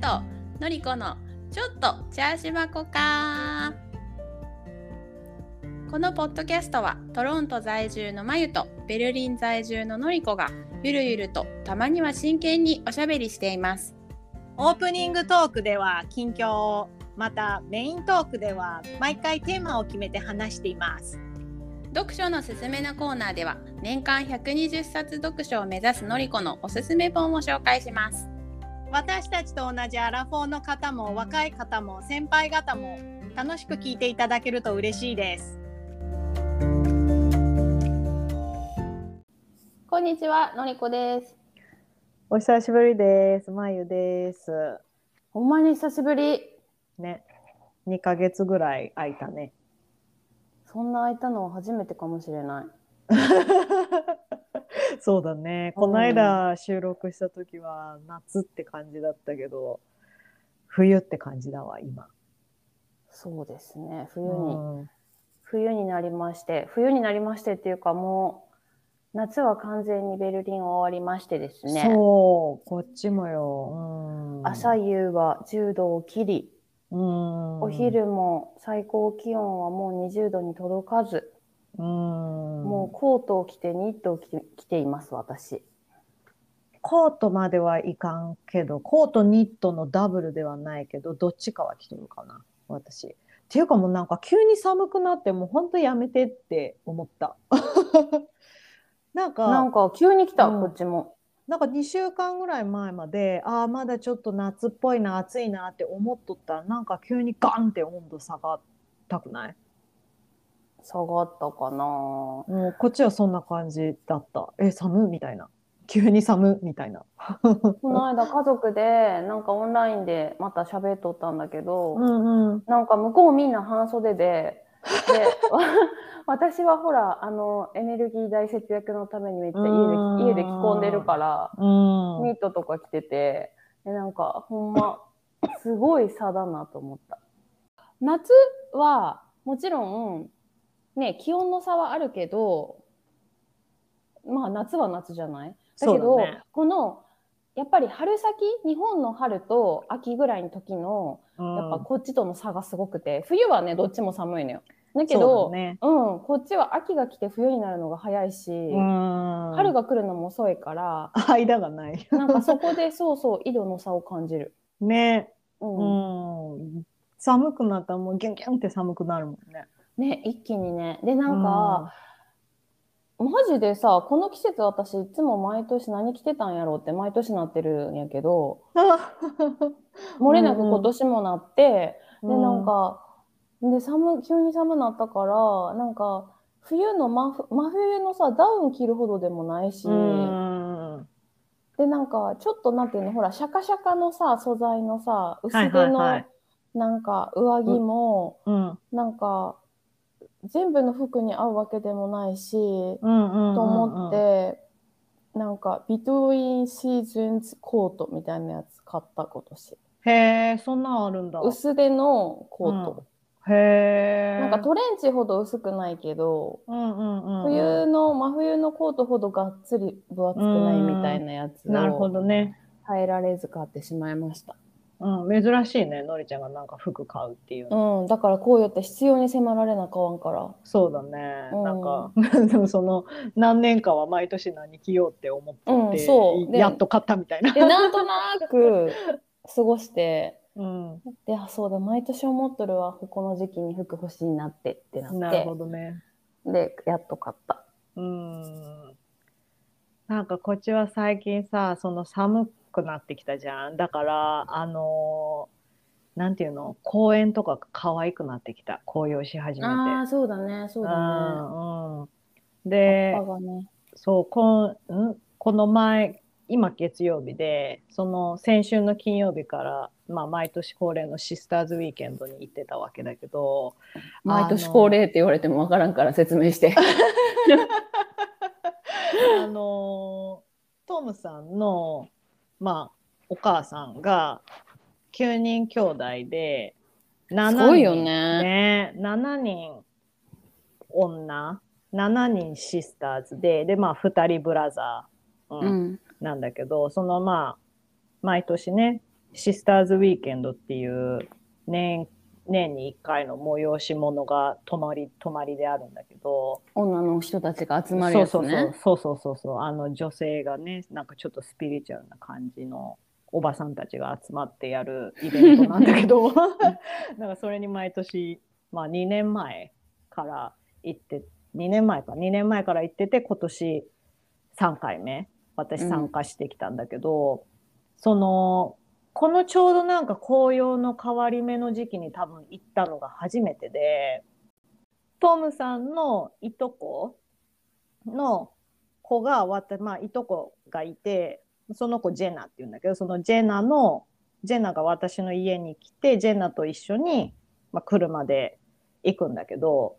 とのりこのちょっとチャーシュバコか。このポッドキャストはトロント在住のまゆとベルリン在住ののりこがゆるゆるとたまには真剣におしゃべりしています。 オープニングトークでは近況を、またメイントークでは毎回テーマを決めて話しています。 読書のすすめのコーナーでは年間120冊読書を目指すのりこのおすすめ本を紹介します。 私たちと同じアラフォーの方も若い方も先輩方も楽しく聞いていただけると嬉しいです。 こんにちは、のりこです。 お久しぶりです。まゆです。 ほんまに久しぶり。 ね、2ヶ月ぐらい空いたね。 そんな空いたのは初めてかもしれない。 そうだね。この間収録した時は夏って感じだったけど、冬って感じだわ、今。 そうですね。冬になりましてっていうか、もう夏は完全にベルリン終わりましてですね。 そう、こっちもよ。 朝夕は10度を切り、お昼も最高気温はもう20度に届かず、もうコートを着てニットを着ています、私。 コートまではいかんけど、コートニットのダブルではないけど、どっちかは着とるかな、私。っていうかもうなんか急に寒くなってもうほんとやめてって思った。なんか急に来た、こっちも。 なんか2週間ぐらい前まで、まだちょっと夏っぽいな、暑いなって思っとったら、なんか急にガンって温度下がったくない？ 下がったかな。 もうこっちはそんな感じだった。寒みたいな。急に寒みたいな。 この間家族でなんかオンラインでまた喋っとったんだけど、なんか向こうみんな半袖で私はほらエネルギー代節約のためにめっちゃ家で着込んでるからニットとか着てて、なんかほんますごい差だなと思った。夏はもちろんね、気温の差はあるけど、まあ夏は夏じゃない？だけど、このやっぱり春先、日本の春と秋ぐらいの時の、やっぱこっちとの差がすごくて、冬はねどっちも寒いのよ。だけど、こっちは秋が来て冬になるのが早いし、春が来るのも遅いから、 間がない。 なんかそこで緯度の差を感じる。 ね、寒くなったらもうギュンギュンって寒くなるもんね。 ね、一気にね。でなんか。マジでさ、この季節私いつも毎年何着てたんやろうって毎年なってるんやけど、漏れなく今年もなって、でなんかで急に寒なったから、なんか冬の真冬のさダウン着るほどでもないし、でなんかちょっとなんていうの、ほらシャカシャカのさ素材のさ薄手のなんか上着もなんか全部の服に合うわけでもないし、と思って、なんかBetween Seasons コートみたいなやつ買った今年。 へえ、そんなんあるんだ。 薄手のコート。 へえ。 なんかトレンチほど薄くないけど、真冬のコートほどがっつり分厚くないみたいなやつを、 なるほどね。 耐えられず買ってしまいました。 珍しいね、のりちゃんがなんか服買うっていう。 だからこうやって必要に迫られな買わんから。 そうだね。なんかでもその何年かは毎年何着ようって思ってて、やっと買ったみたいな。 でなんとなく過ごして、でそうだ毎年思っとるわ、この時期に服欲しいなってなって。 なるほどね。 でやっと買った。 なんかこっちは最近さ、その寒くなってきたじゃん。だからなんていうの、公園とか可愛くなってきた。紅葉し始めて。 そうだね。 で、 葉っぱがね、 そうこの前、今月曜日で、その先週の金曜日から、毎年恒例のシスターズウィーケンドに行ってたわけだけど、 毎年恒例って言われてもわからんから説明して。 トムさんの、お母さんが9人兄弟で7人、 すごいよね。 7人女、7人シスターズで、2人ブラザー、なんだけど、その毎年ね、 シスターズウィーケンドっていう年に1回の催し物が泊まりであるんだけど、 女の人たちが集まるやつね。 そう女性がね、なんかちょっとスピリチュアルな感じのおばさんたちが集まってやるイベントなんだけどなんかそれに毎年、まあ2年前から行って2年前から行ってて、今年3回目私参加してきたんだけど、このちょうどなんか紅葉の変わり目の時期に多分行ったのが初めてで、トムさんのいとこの子がまあいとこがいて、その子ジェナって言うんだけど、そのジェナが私の家に来て、ジェナと一緒に、まあ、車で行くんだけど、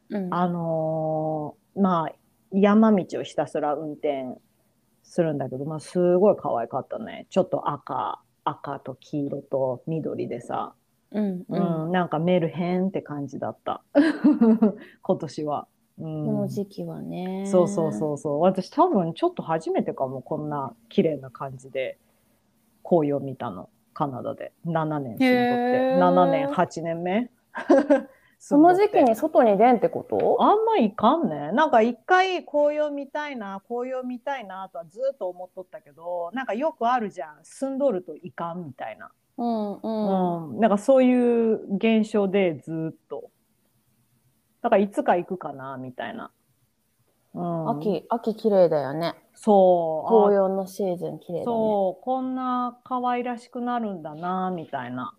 まあ山道をひたすら運転するんだけど、まあ、すごい可愛かったね。ちょっと赤と黄色と緑でさ、なんかメルヘンって感じだった今年は。 この時期はね。 そう私多分ちょっと初めてかも、こんな綺麗な感じで紅葉見たの。カナダで7年住んどって、7年8年目その時期に外に出んってこと？ あんまいかんね。なんか一回紅葉見たいなとはずっと思っとったけど、なんかよくあるじゃん、住んどるといかんみたいな。なんかそういう現象でずっと。だからいつか行くかなみたいな。 秋綺麗だよね。 そう。 紅葉のシーズン綺麗だね。 そう、こんな可愛らしくなるんだなみたいな。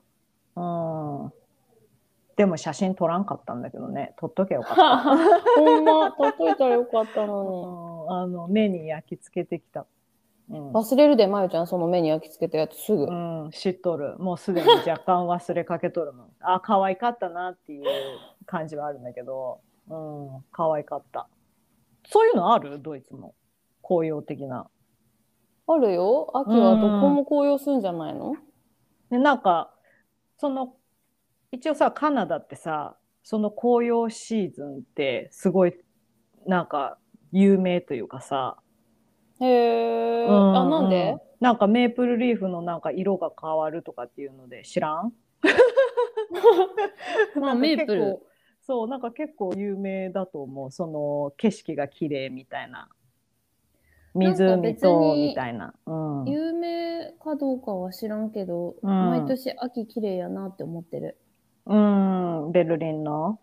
でも写真撮らんかったんだけどね。撮っとけよかった。 ほんま、撮っといたらよかったのに。目に焼き付けてきた。 忘れるで、まゆちゃん、その目に焼き付けたやつすぐ。 知っとる。もうすでに若干忘れかけとるもん。可愛かったなっていう感じはあるんだけど、可愛かった。そういうのある？ドイツも。紅葉的な。 あるよ。秋はどこも紅葉するんじゃないの？ で、なんか、一応さ、カナダってさ、その紅葉シーズンってすごい、なんか、有名というかさ。 へえ。なんで？ なんかメープルリーフのなんか色が変わるとかっていうので知らん？ まあメープル。 そう、なんか結構有名だと思う。その景色が綺麗みたいな。湖とみたいな。 有名かどうかは知らんけど、毎年秋綺麗やなって思ってる。 ベルリンの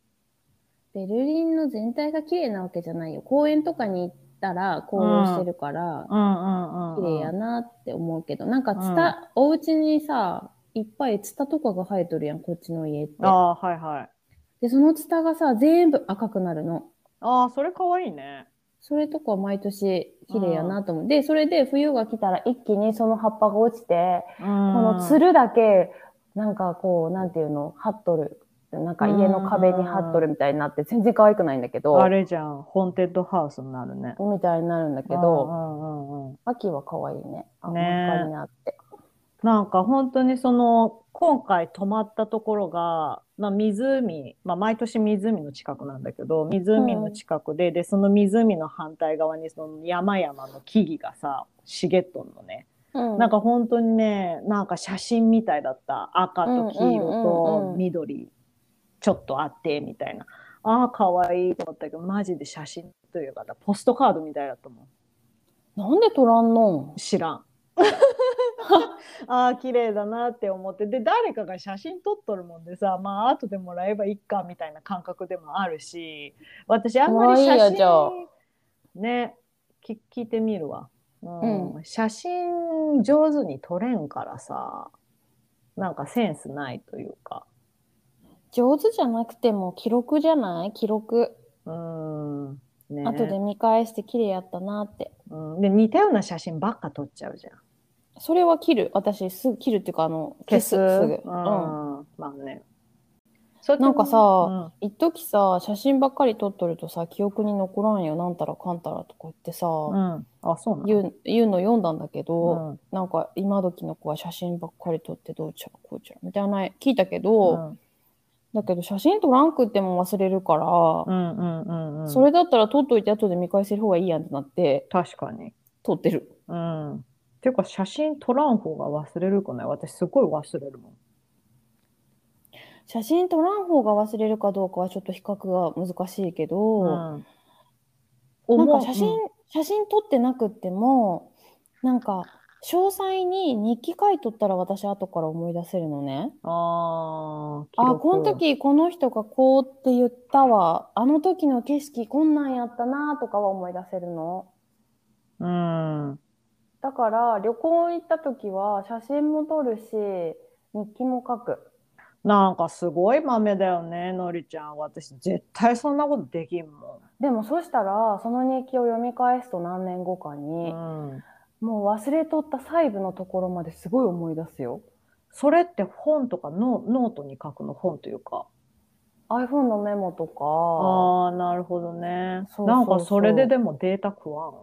全体が綺麗なわけじゃないよ。公園とかに行ったら紅葉してるから、綺麗やなって思うけど、なんかお家にさ、いっぱいツタとかが生えとるやん、こっちの家って。 はいはい。 で、そのツタがさ、全部赤くなるの。 それかわいいね。 それとか毎年綺麗やなと思う。で、それで冬が来たら一気にその葉っぱが落ちて、このつるだけ、なんかこう、なんていうの、張っとる。なんか家の壁に貼っとるみたいになって全然可愛くないんだけど。 あれじゃん、ホーンテッドハウスになるね。 みたいになるんだけど、秋は可愛いね。真っ赤になって。 なんか本当に今回泊まったところが、湖、毎年湖の近くなんだけど、湖の近くで、その湖の反対側にその山々の木々がさ、茂っとんのね。なんか本当にね、なんか写真みたいだった。赤と黄色と緑。ちょっとあってみたいな。可愛いと思ったけど、マジで写真というかポストカードみたいだったもん。 なんで撮らんの？ 知らん。綺麗だなって思って、で誰かが写真撮っとるもんでさ、後でもらえばいいかみたいな感覚でもあるし、私あんまり写真ね、聞いてみるわ。写真上手に撮れんからさ、なんかセンスないというか。 上手じゃなくても記録じゃない？記録。 ね、 後で見返して綺麗やったなって。 で似たような写真ばっか撮っちゃうじゃん。 それは切る。私すぐ切るっていうか消す。すぐ。 まあね。 なんかさ、一時さ、写真ばっかり撮っとるとさ、記憶に残らんよ、なんたらかんたらとか言ってさ、 そうなの？ 言うの読んだんだけど、なんか今時の子は写真ばっかり撮ってどうちゃらこうちゃらみたいな聞いたけど、だけど写真撮らんくっても忘れるから、それだったら撮っといて後で見返せる方がいいやんってなって、 確かに撮ってる。 ていうか写真撮らん方が忘れるかね。私すごい忘れるもん。 写真撮らん方が忘れるかどうかはちょっと比較が難しいけど、 うん。 なんかうん。 写真撮ってなくっても、なんか詳細に日記書いとったら私後から思い出せるのね。 ああ、記あ、この録。 時この人がこうって言ったわ。あの時の景色こんなんやったなとかは思い出せるの。 うん。 だから旅行行った時は写真も撮るし、日記も書く。 なんかすごい豆だよね、のりちゃん。私絶対そんなことできんもでもそしたらその日記を読み返すと何年後かに、 ん。うん。 もう忘れとった細部のところまですごい思い出すよ。 それって本とかノートに書くの本というか。 iPhone のメモとか、 ああ、なるほどね。なんかそうそうそれででそもデータ食わん。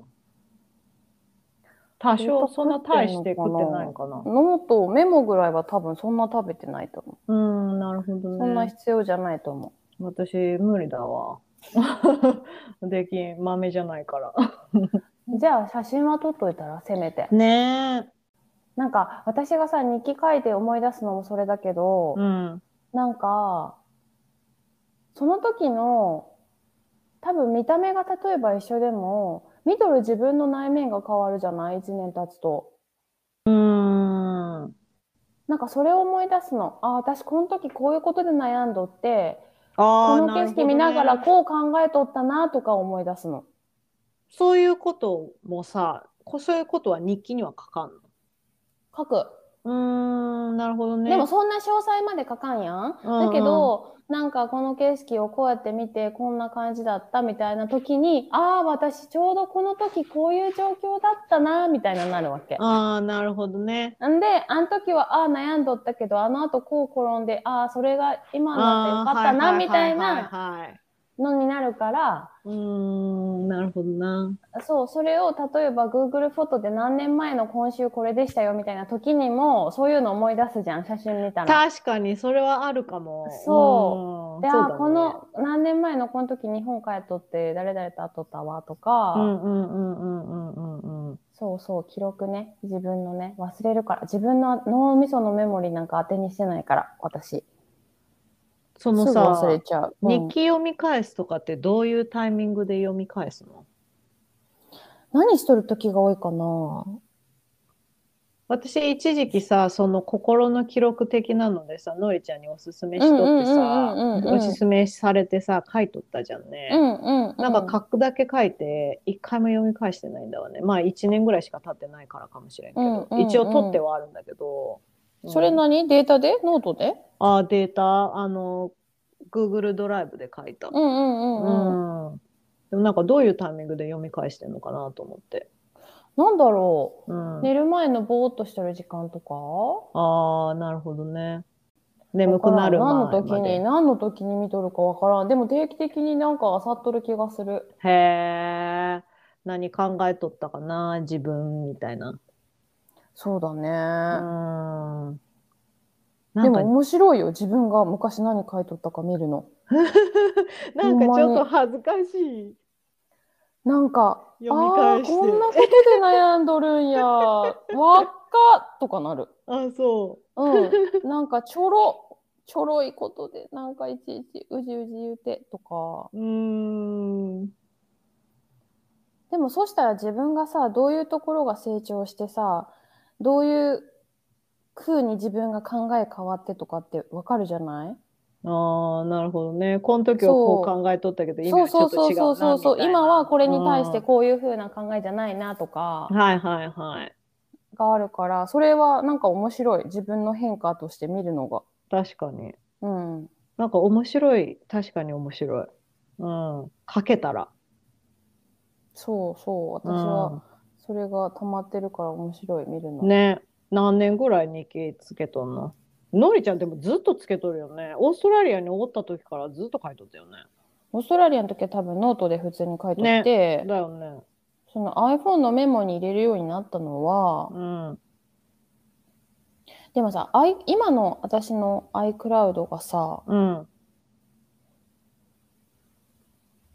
多う。データ少そんな食って大してんのかな。 食ってないんかな。 ノート、メモぐらいは多分そんな食べてないと思うん、なるほどう。そんなね。 必要じゃないと思私無理だわ。できん、豆じゃないから。 う。じゃあ写真は撮っといたら、せめて。 ねえ。 なんか私がさ、日記書いて思い出すのもそれだけど、 うん。 なんか、その時の、多分見た目が例えば一緒でも、見とる自分の内面が変わるじゃない？ 1 年経つと。 うーん。 なんかそれを思い出すの。あ、私この時こういうことで悩んどって、こああ、 の景色なるほど見ながらね。 こう考えとったなとか思い出すの。 そういうこともさ、そういうことは日記には書かんの？ 書く。 うーん、なるほどね。 でもそんな詳細まで書かんやん。 うだけんうん。 ど、なんかこの景色をこうやって見てこんな感じだったみたいな時に、ああ、私ちょうどこの時こういう状況だったな、みたいなのになるわけ。 ああ、なるほどね。 んで、あの時は、ああ、悩んどったけど、あの後こう転んで、ああ、それが今になってよああ、 かったな、 はいはいみはいはいたいなはい。 のになるから、 うーん、なるほどな。 そう、それを例えば Google フォトで何年前の今週これでしたよみたいな時にも、そういうの思い出すじゃん、写真見たら。 確かに、それはあるかも。 そう。で、あ、 そうだね。 この何年前のこの時日本帰っとって誰々と会っとったわとうか、 んうんうんうんうんうんうん。 そうそう、記録ね、自分のね、忘れるから。自分の脳みそのメモリなんか当てにしてないから、私。 そのすぐ忘れさ、 ちゃう。うん。 日記読み返すとかってどういうタイミングで読み返すの？ 何しとる時が多いかな。 私一時期さ、その心の記録的なのでさ、のりちゃんにおすすめうんうしとってんうんうさ、おすんうんうん。 すめされてさ、書いとったじゃんね。 うんうんなんかうん。 書くだけ書いて、一回も読み返してないんだわね。まあ一年ぐらいしか経ってないからかもしれんうんけど、一応取ってうんうん。 はあるんだけど、うそれん。 何？データで？ノートで？ あ、データ、Google ドライブで書いた。 うんうんううんうん。 ん。でもなんかどういうタイミングで読み返してんのかなと思って。 なんだろうう。 ん。 寝る前のぼーっとしてる時間とかああ、なるほどね。 わからん。 眠くなる前まで。 何の時に見とるかわからん。でも定期的になんか漁っとる気がする。 へえ。何考えとったかな、自分みたいな。 そうだうね。 ーん。なんか、 でも面白いよ。自分が昔何書いとったか見るの。 なほんかちょっとんまに。 恥ずかしい。 なんか、 読みああ、 返して。 こんなことで悩んどるんや。わっかとかなる。 あ、そうん。なんかちょろいことで、なんかいちいちうじうじ言うてとか。 う。うーん。 でもそしたら自分がさ、どういうところが成長してさ、どういう風に自分が考え変わってとかってわかるじゃない？ ああ、なるほどね。この時はこうそ考えとったけど、 う。そう今はちょっとそうそうそう違うな、みそうそう。今はたいな。 これうに対してん。 こういう風な考えじゃないなとかはいはいはい。 があるから、それはなんか面白い。自分の変化として見るのが。 確かに。 うん。 なんか面白い。確かに面白い。うん。書けたら。 そうそう。 う私はん。 それが溜まってるから面白い、見るの。 ね。何年ぐらい日記つけとんの？のりちゃんでもずっとつけとるよね。オーストラリアにおった時からずっと書いとったよね。 オーストラリアの時は多分ノートで普通に書いとっね。 て、 だよね。 その iPhone のメモに入れるようになったのは、 うん。 でもさ、今の私の iCloud がさ、 うん。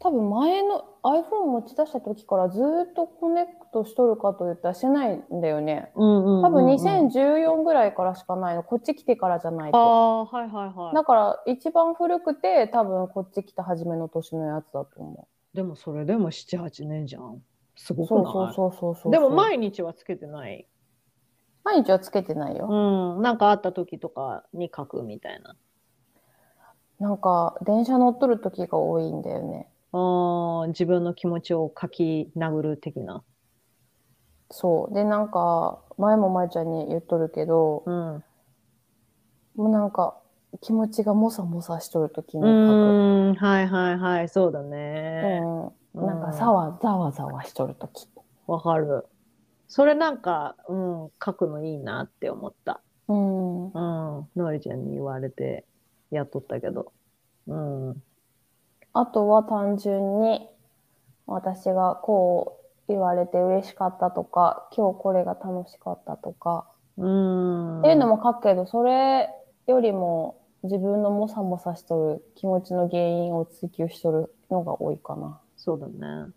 多分前の iPhone 持ち出した時からずっとコネクトしとるかと言ったらしてないんだよね。多分2014ぐらいからしかないの。こっち来てからじゃないと。 はいはいはい。 だから一番古くて多分こっち来た初めの年のやつだと思う。でもそれでも7、8年じゃん。すごくない？ そう。 でも毎日はつけてない？ 毎日はつけてないよ。 なんかあった時とかに書くみたいな。 なんか電車乗っとる時が多いんだよね。 自分の気持ちを書き殴る的な。 そうで、なんか前もまいちゃんに言っとるけど、もうなんか気持ちがもさもさしとる時に書く。 はいはいはい、そうだね。 なんかざわざわしとる時。 わかる。それなんか、書くのいいなって思った。のりちゃんに言われてやっとったけど。 あとは単純に私がこう言われて嬉しかったとか、今日これが楽しかったとか、っていうのも書くけど、それよりも自分のもさもさしとる気持ちの原因を追求しとるのが多いかな。 そうだね。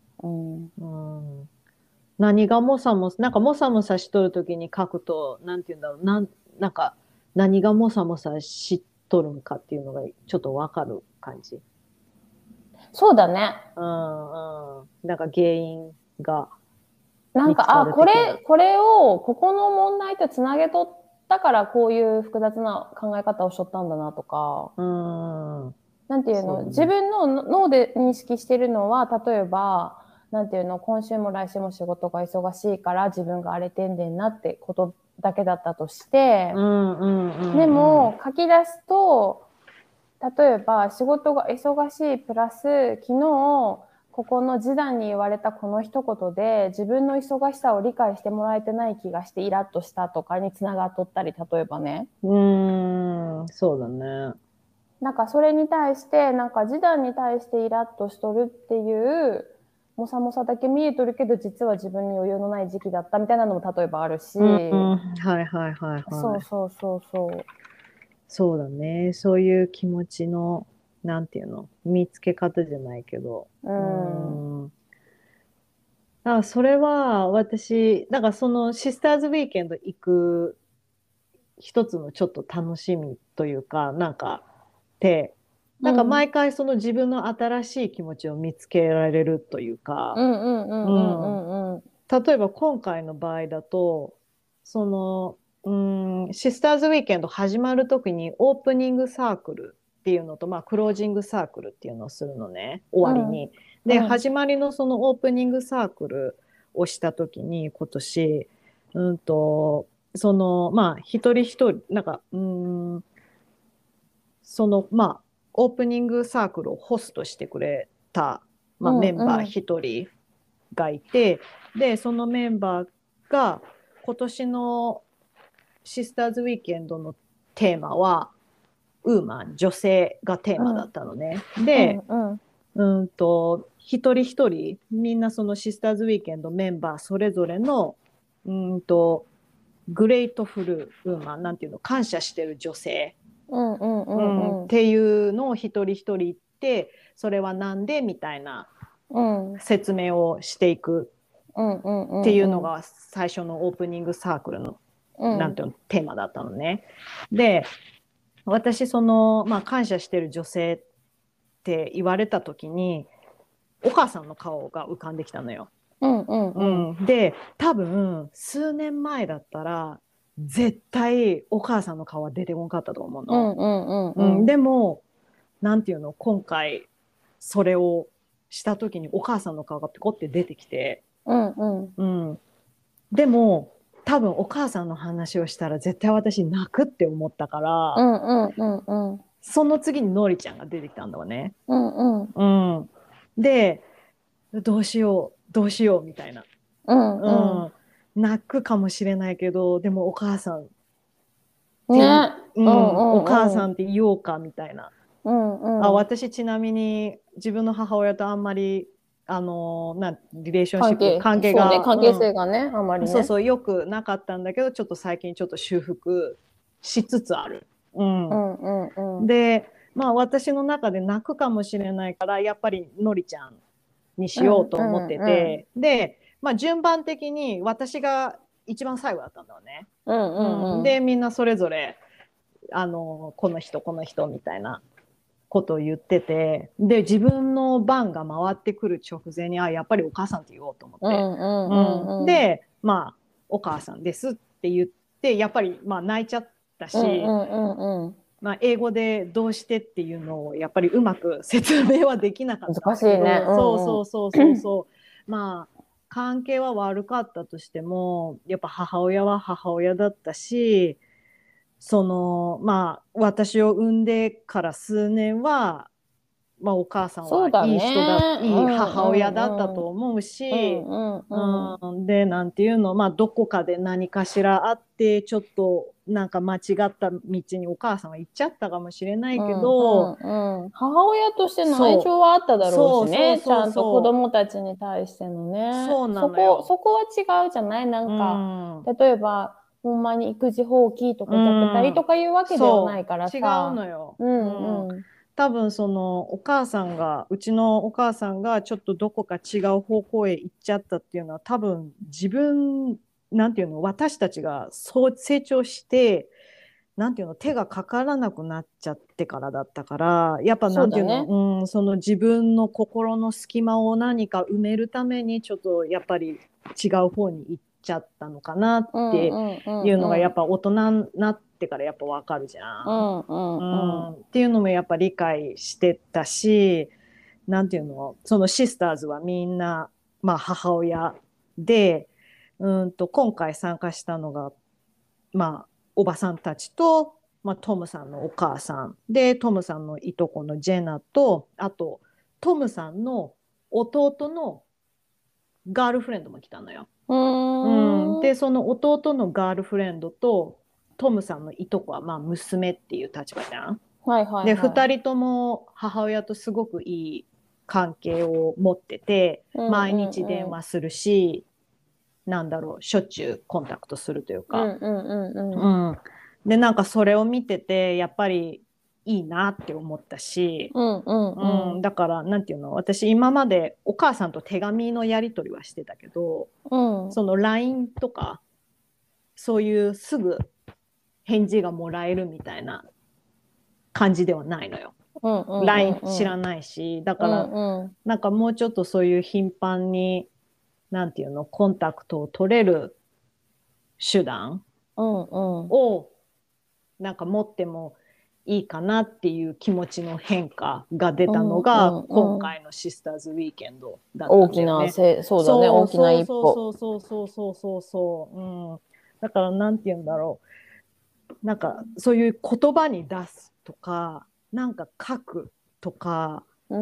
何がもさもさ、なんかもさもさしとるときに書くと、なんて言うんだろう、なんか何がもさもさしとるんかっていうのがちょっとわかる感じ。 そうだね。 なんか原因が。 なんか、これを、ここの問題とつなげとったからこういう複雑な考え方をしとったんだなとか、なんていうの、自分の脳で認識してるのは、例えば、なんていうの、今週も来週も仕事が忙しいから自分が荒れてんでんなってことだけだったとして、でも書き出すと、例えば仕事が忙しいプラス、昨日、ここの示談に言われたこの一言で自分の忙しさを理解してもらえてない気がしてイラッとしたとかにつながっとったり、例えばね。 そうだね。 なんかそれに対して、なんか示談に対してイラッとしとるっていうもさもさだけ見えとるけど、実は自分に余裕のない時期だったみたいなのも例えばあるし。 はいはいはいはい。 そう。 そうだね。そういう気持ちの、なんていうの、見つけ方じゃないけど。だからそれは私、だからそのシスターズウィーケンド行く一つのちょっと楽しみというか、なんか毎回その自分の新しい気持ちを見つけられるというか、例えば今回の場合だと、その、シスターズウィーケンド始まるときにオープニングサークルっていうのと、クロージングサークルっていうのをするのね、終わりに。で、始まりのそのオープニングサークルをしたときに今年、その、一人一人、なんか、その、オープニングサークルをホストしてくれた、メンバー一人がいて、で、そのメンバーが今年のシスターズウィーケンドのテーマは、ウーマン、女性がテーマだったのね。で、一人一人、みんなそのシスターズウィーケンドメンバーそれぞれの、グレイトフルウーマン、なんていうの、感謝してる女性っていうのを一人一人言って、それはなんでみたいな説明をしていくっていうのが最初のオープニングサークルの、なんていうの、テーマだったのね。で、私その、感謝してる女性って言われた時にお母さんの顔が浮かんできたのよ。で、多分数年前だったら絶対お母さんの顔は出てこなかったと思うの。でもなんていうの、今回それをした時にお母さんの顔がピコって出てきて、でも多分お母さんの話をしたら絶対私泣くって思ったから、その次にのりちゃんが出てきたんだわね。で、どうしようみたいな。泣くかもしれないけど、でもお母さんって、お母さんって言おうかみたいな。私ちなみに自分の母親とあんまりリレーションシップ関係が、 関係性がね、あんまりね。 そうよくなかったんだけど、ちょっと最近ちょっと修復しつつある。で、 まあ私の中で泣くかもしれないから、やっぱりのりちゃんにしようと思ってて、で、まあ順番的に私が一番最後だったんだよね。で、みんなそれぞれ、この人、この人みたいなことを言ってて、で、自分の番が回ってくる直前に、やっぱりお母さんって言おうと思って。で、まあ、お母さんですって言って、やっぱり、まあ、泣いちゃったし、まあ、英語でどうしてっていうのを、やっぱりうまく説明はできなかったんだけど、難しいね。そう。まあ、関係は悪かったとしても、やっぱ母親は母親だったし、まあ、私を産んでから数年は、まあ、お母さんはいい人だ、いい母親だったと思うし、で、なんていうの、まあ、どこかで何かしらあって、ちょっと、なんか間違った道にお母さんは行っちゃったかもしれないけど、 母親としての愛情はあっただろうしね、ちゃんと子供たちに対してのね。そこは違うじゃない？なんか、例えば、ほんまに育児放棄とか虐待とかいうわけではないからさ。 違うのよ。多分うちのお母さんがちょっとどこか違う方向へ行っちゃったっていうのは多分なんていうの、私たちがそう成長して、なんていうの、手がかからなくなっちゃってからだったから、やっぱなんていうの、その自分の心の隙間を何か埋めるためにちょっとやっぱり違う方に行っちゃったのかなっていうのがやっぱ大人になってからやっぱわかるじゃん。っていうのもやっぱ理解してたし、なんていうの、そのシスターズはみんな、まあ母親で、今回参加したのが、まあおばさんたちと、まあ、トムさんのお母さんで、トムさんのいとこのジェナと、あとトムさんの弟のガールフレンドも来たのよ。で、その弟のガールフレンドとトムさんのいとこはまあ娘っていう立場じゃん。で、2人とも母親とすごくいい関係を持ってて、毎日電話するし、なんだろう、しょっちゅうコンタクトするというか。で、なんかそれを見てて、やっぱりいいなって思ったし、だから、なんていうの、私今までお母さんと手紙のやり取りはしてたけど、その LINE とか、そういうすぐ返事がもらえるみたいな感じではないのよ。LINE 知らないし、だから、なんかもうちょっとそういう頻繁に、なんていうの、コンタクトを取れる手段を、なんか持ってもいいかなっていう気持ちの変化が出たのが、今回のシスターズウィーケンドだったんだよね。そうだね、大きな一歩。だから、なんて言うんだろう。なんか、そういう言葉に出すとか、なんか書くとか、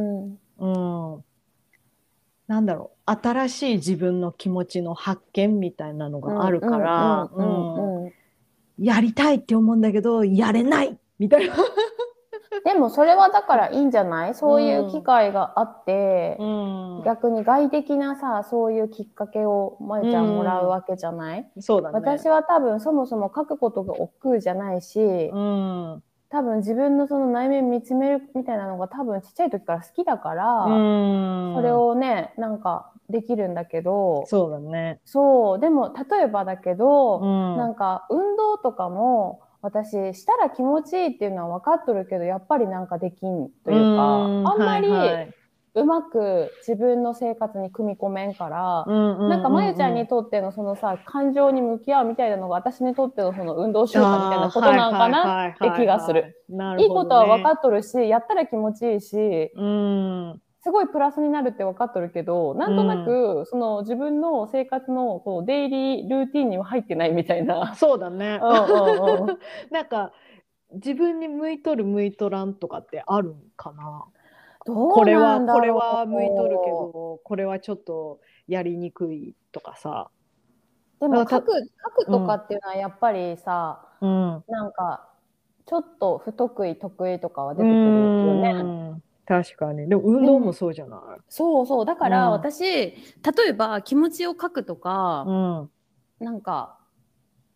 なんだろう、新しい自分の気持ちの発見みたいなのがあるから、やりたいって思うんだけど、やれないみたいな。 でもそれはだからいいんじゃない？そういう機会があって、逆に外的なさ、そういうきっかけをまゆちゃんもらうわけじゃない？ そうだね。 私は多分そもそも書くことが億劫じゃないし、多分自分のその内面見つめるみたいなのが多分ちっちゃい時から好きだから、それをね、なんかできるんだけど、 そうだね。 そう、でも例えばだけど、なんか運動とかも私したら気持ちいいっていうのは分かっとるけど、やっぱりなんかできんというか、あんまりうまく自分の生活に組み込めんから、なんかまゆちゃんにとってのそのさ、感情に向き合うみたいなのが私にとってのその運動習慣みたいなことなんかなって気がする。いいことは分かっとるし、やったら気持ちいいし、すごいプラスになるって分かっとるけど、なんとなく、その自分の生活のこうデイリールーティンには入ってないみたいな。 そうだね。なんか、自分に向いとる向いとらんとかってあるんかな？これは向いとるけど、これはちょっとやりにくいとかさ。 でも書くとかっていうのはやっぱりさ、なんか、ちょっと不得意得意とかは出てくるよね。 確かに。でも運動もそうじゃない？ そうそう。だから私、例えば気持ちを書くとか、なんか、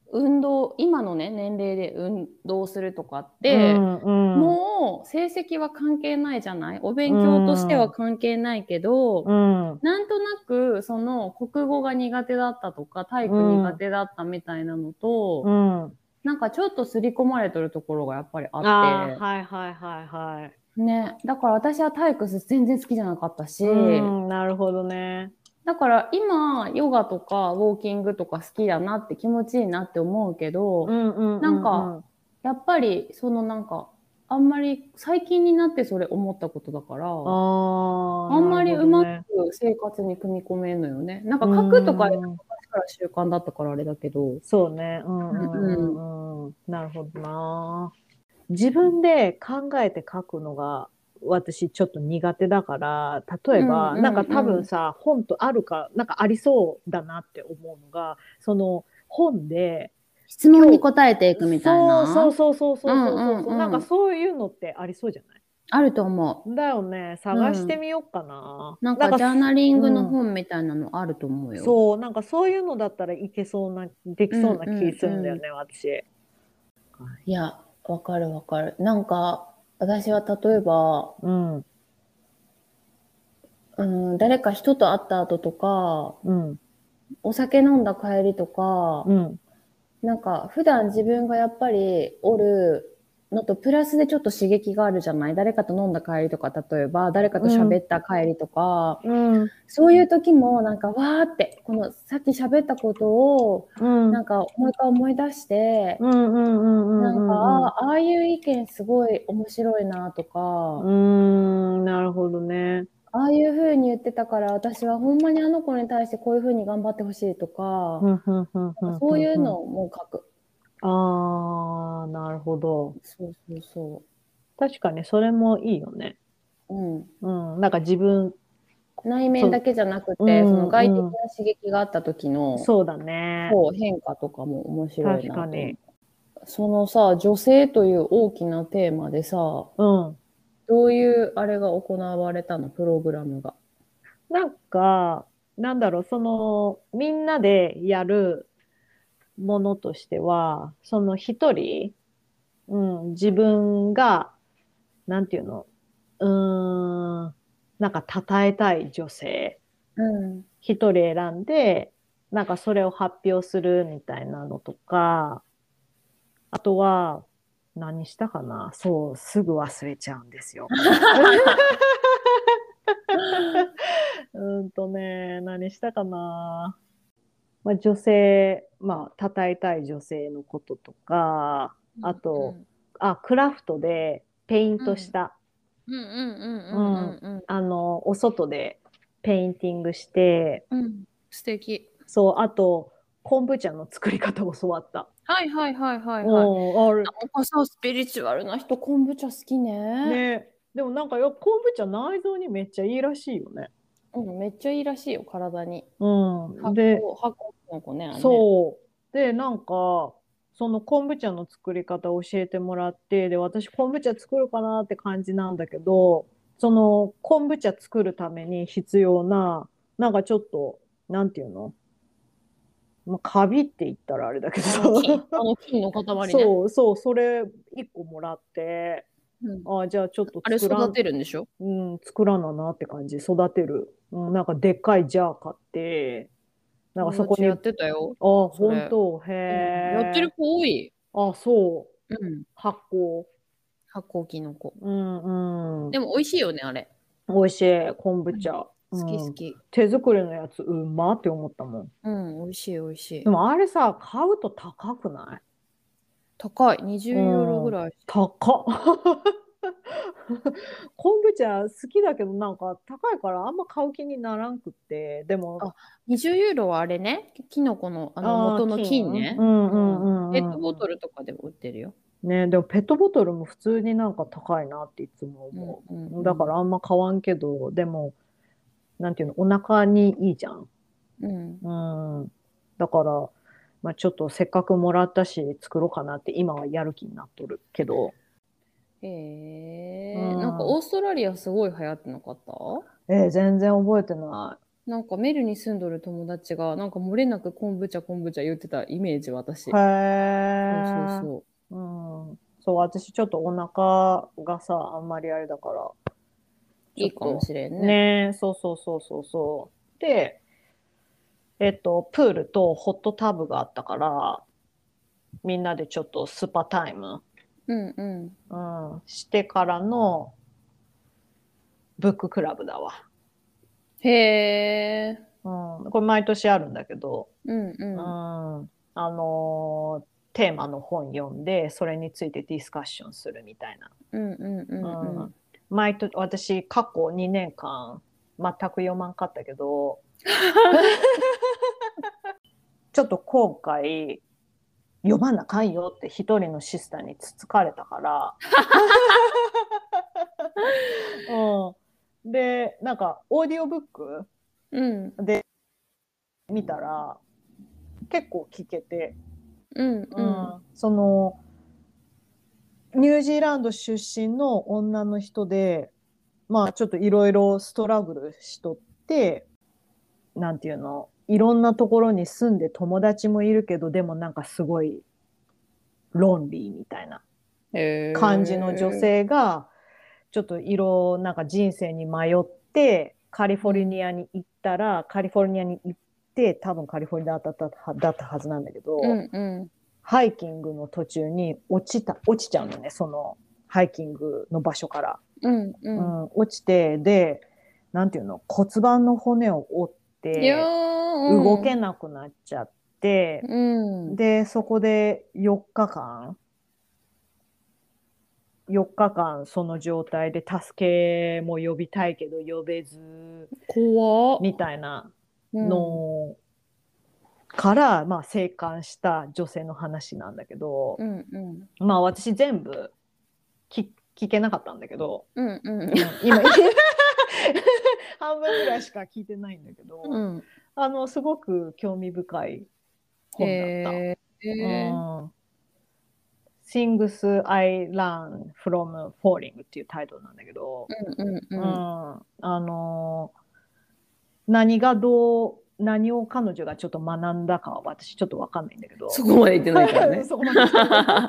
運動、今のね、年齢で運動するとかって、もう成績は関係ないじゃない？お勉強としては関係ないけど、なんとなくその国語が苦手だったとか、体育苦手だったみたいなのと、なんかちょっと刷り込まれてるところがやっぱりあって。 はいはいはいはい。 ね、だから私は体育全然好きじゃなかったし。 なるほどね。 だから今ヨガとかウォーキングとか好きだなって気持ちいいなって思うけど、なんかやっぱりそのなんかあんまり最近になってそれ思ったことだから、あんまりうまく生活に組み込めんのよね。なんか書くとか昔から習慣だったからあれだけど。 そうね。なるほどな。自分で考えて書くのが私ちょっと苦手だから、例えば、なんか多分さ、本とあるか、なんかありそうだなって思うのが、その本で、 質問に答えていくみたいな。 そう。なんかそういうのってありそうじゃない？ あると思う。だよね。探してみようかな。 なんかジャーナリングの本みたいなのあると思うよ。 そう、なんかそういうのだったらいけそうな、できそうな気するんだよね、私。 いや、わかるわかる。なんか、私は例えば、誰か人と会った後とか、お酒飲んだ帰りとか、なんか普段自分がやっぱりおるのとプラスでちょっと刺激があるじゃない？誰かと飲んだ帰りとか、例えば誰かと喋った帰りとか、そういう時もなんかわーってこのさっき喋ったことをなんかもう一回思い出して、なんかああいう意見すごい面白いなとか、 なるほどね。 ああいう風に言ってたから私はほんまにあの子に対してこういう風に頑張ってほしいとか、そういうのも書く。 ああ、なるほど。 そう。 確かにそれもいいよね。なんか自分。 内面だけじゃなくて、その外的な刺激があった時の、 そうだね。 変化とかも面白いなと。 確かに。 そのさ、女性という大きなテーマでさ、どういうあれが行われたの？プログラムが。 なんか、なんだろう、その、みんなでやるものとしては、その一人、自分が、なんていうの、なんか称えたい女性、一人選んで、なんかそれを発表するみたいなのとか、あとは、何したかな？そう、すぐ忘れちゃうんですよ。何したかな。まあ、女性、まあ、称えたい女性のこととか、あと、クラフトでペイントした。お外でペインティングして、 素敵。 そう、あと、昆布茶の作り方を教わった。 はい。なんかさ、スピリチュアルな人、昆布茶好きね。 ね。でもなんか昆布茶内臓にめっちゃいいらしいよね。 めっちゃいいらしいよ、体に。 で、 発酵の子ね。 そう。で、なんか、その昆布茶の作り方を教えてもらって、で、私昆布茶作るかなって感じなんだけど、その昆布茶作るために必要な、なんかちょっと、なんていうの？まあ、カビって言ったらあれだけど、 金の塊ね。 そう、それ1個もらって、じゃあちょっとあれ育てるんでしょ？ 作らななって感じ、育てる。なんかでっかいジャー買って、なんかそこに。 やってたよ。 本当？へえ。 やってる子多い。 そう。発酵キノコ。 でも美味しいよね、あれ。 美味しい、昆布茶。 好き。 手作りのやつ、うまって思ったもん。美味しい。 でもあれさ、買うと高くない？ 高い。20ユーロぐらい。 高っ。昆布茶好きだけどなんか高いからあんま買う気にならんくって、でも 20ユーロはあれね、キノコの元の金ね。ペットボトルとかでも売ってるよ。 ね、でもペットボトルも普通になんか高いなっていつも思う。だからあんま買わんけど、でもなんていうの、お腹にいいじゃん。だから、まあ、ちょっとせっかくもらったし作ろうかなって今はやる気になっとるけど。 なんかオーストラリアすごい流行ってなかった？ 全然覚えてななんかメルに住んどる友達がなんか漏れなく昆布茶言ってたイメージ、私。 へそうそうえ。 そうん。そう、私ちょっとお腹がさ、あんまりあれだから、 う。いいかもちょっと、 しれんね。 ね、そうそうそうそうそう。で、プールとホットタブがあったから、みんなでちょっとスパタイム、 うんううん、してからのブッククラブだわ。 ん。へえ。 うん、これ毎年あるんだけど、 うんうん、 うテーマの本読んで、それについてディスカッションするみたいな。 ん。うんうんうんううん、 ん。 私、過去2年間、全く読まんかったけど、ちょっと今回、読まなあかんよって一人のシスターにつつかれたから、うん、で、なんか、オーディオブックうん。 で見たら、結構聞けて、 うんうん。 その、ニュージーランド出身の女の人で、まあちょっといろいろストラグルしとって、なんていうの、いろんなところに住んで友達もいるけど、でもなんかすごいロンリーみたいなへ感じの女え。 性が、ちょっとなんか人生に迷って、カリフォルニアに行ったら、カリフォルニアに行って、多分カリフォルニアだったはずなんだけうど、 んうん。 ハイキングの途中に落ちちゃうのね、そのハイキングの場所から。 うんううん。 ん、落ちて、で、なんていうの、骨盤の骨を折っいやて、動ー、うん。 けなくなっちゃって、 うん。 で、そこで4日間その状態で助けも呼びたいけど呼べず、 怖っ。 みたいなうん。 のから、まあ、生還した女性の話なんだけど、 うんうん。 まあ私全部聞けなかったんだけど、 うんうん。 今半分ぐらいしか聞いてないんだけど、 うん。 すごく興味深い本だった。 へうえ。 ん。Things I Learned from Falling っていうタイトルなんだけど、 うんうんううん。 ん。何を彼女がちょっと学んだかは私ちょっとわかんないんだけど、 そこまで言ってないからね。 そこまで言ってないから。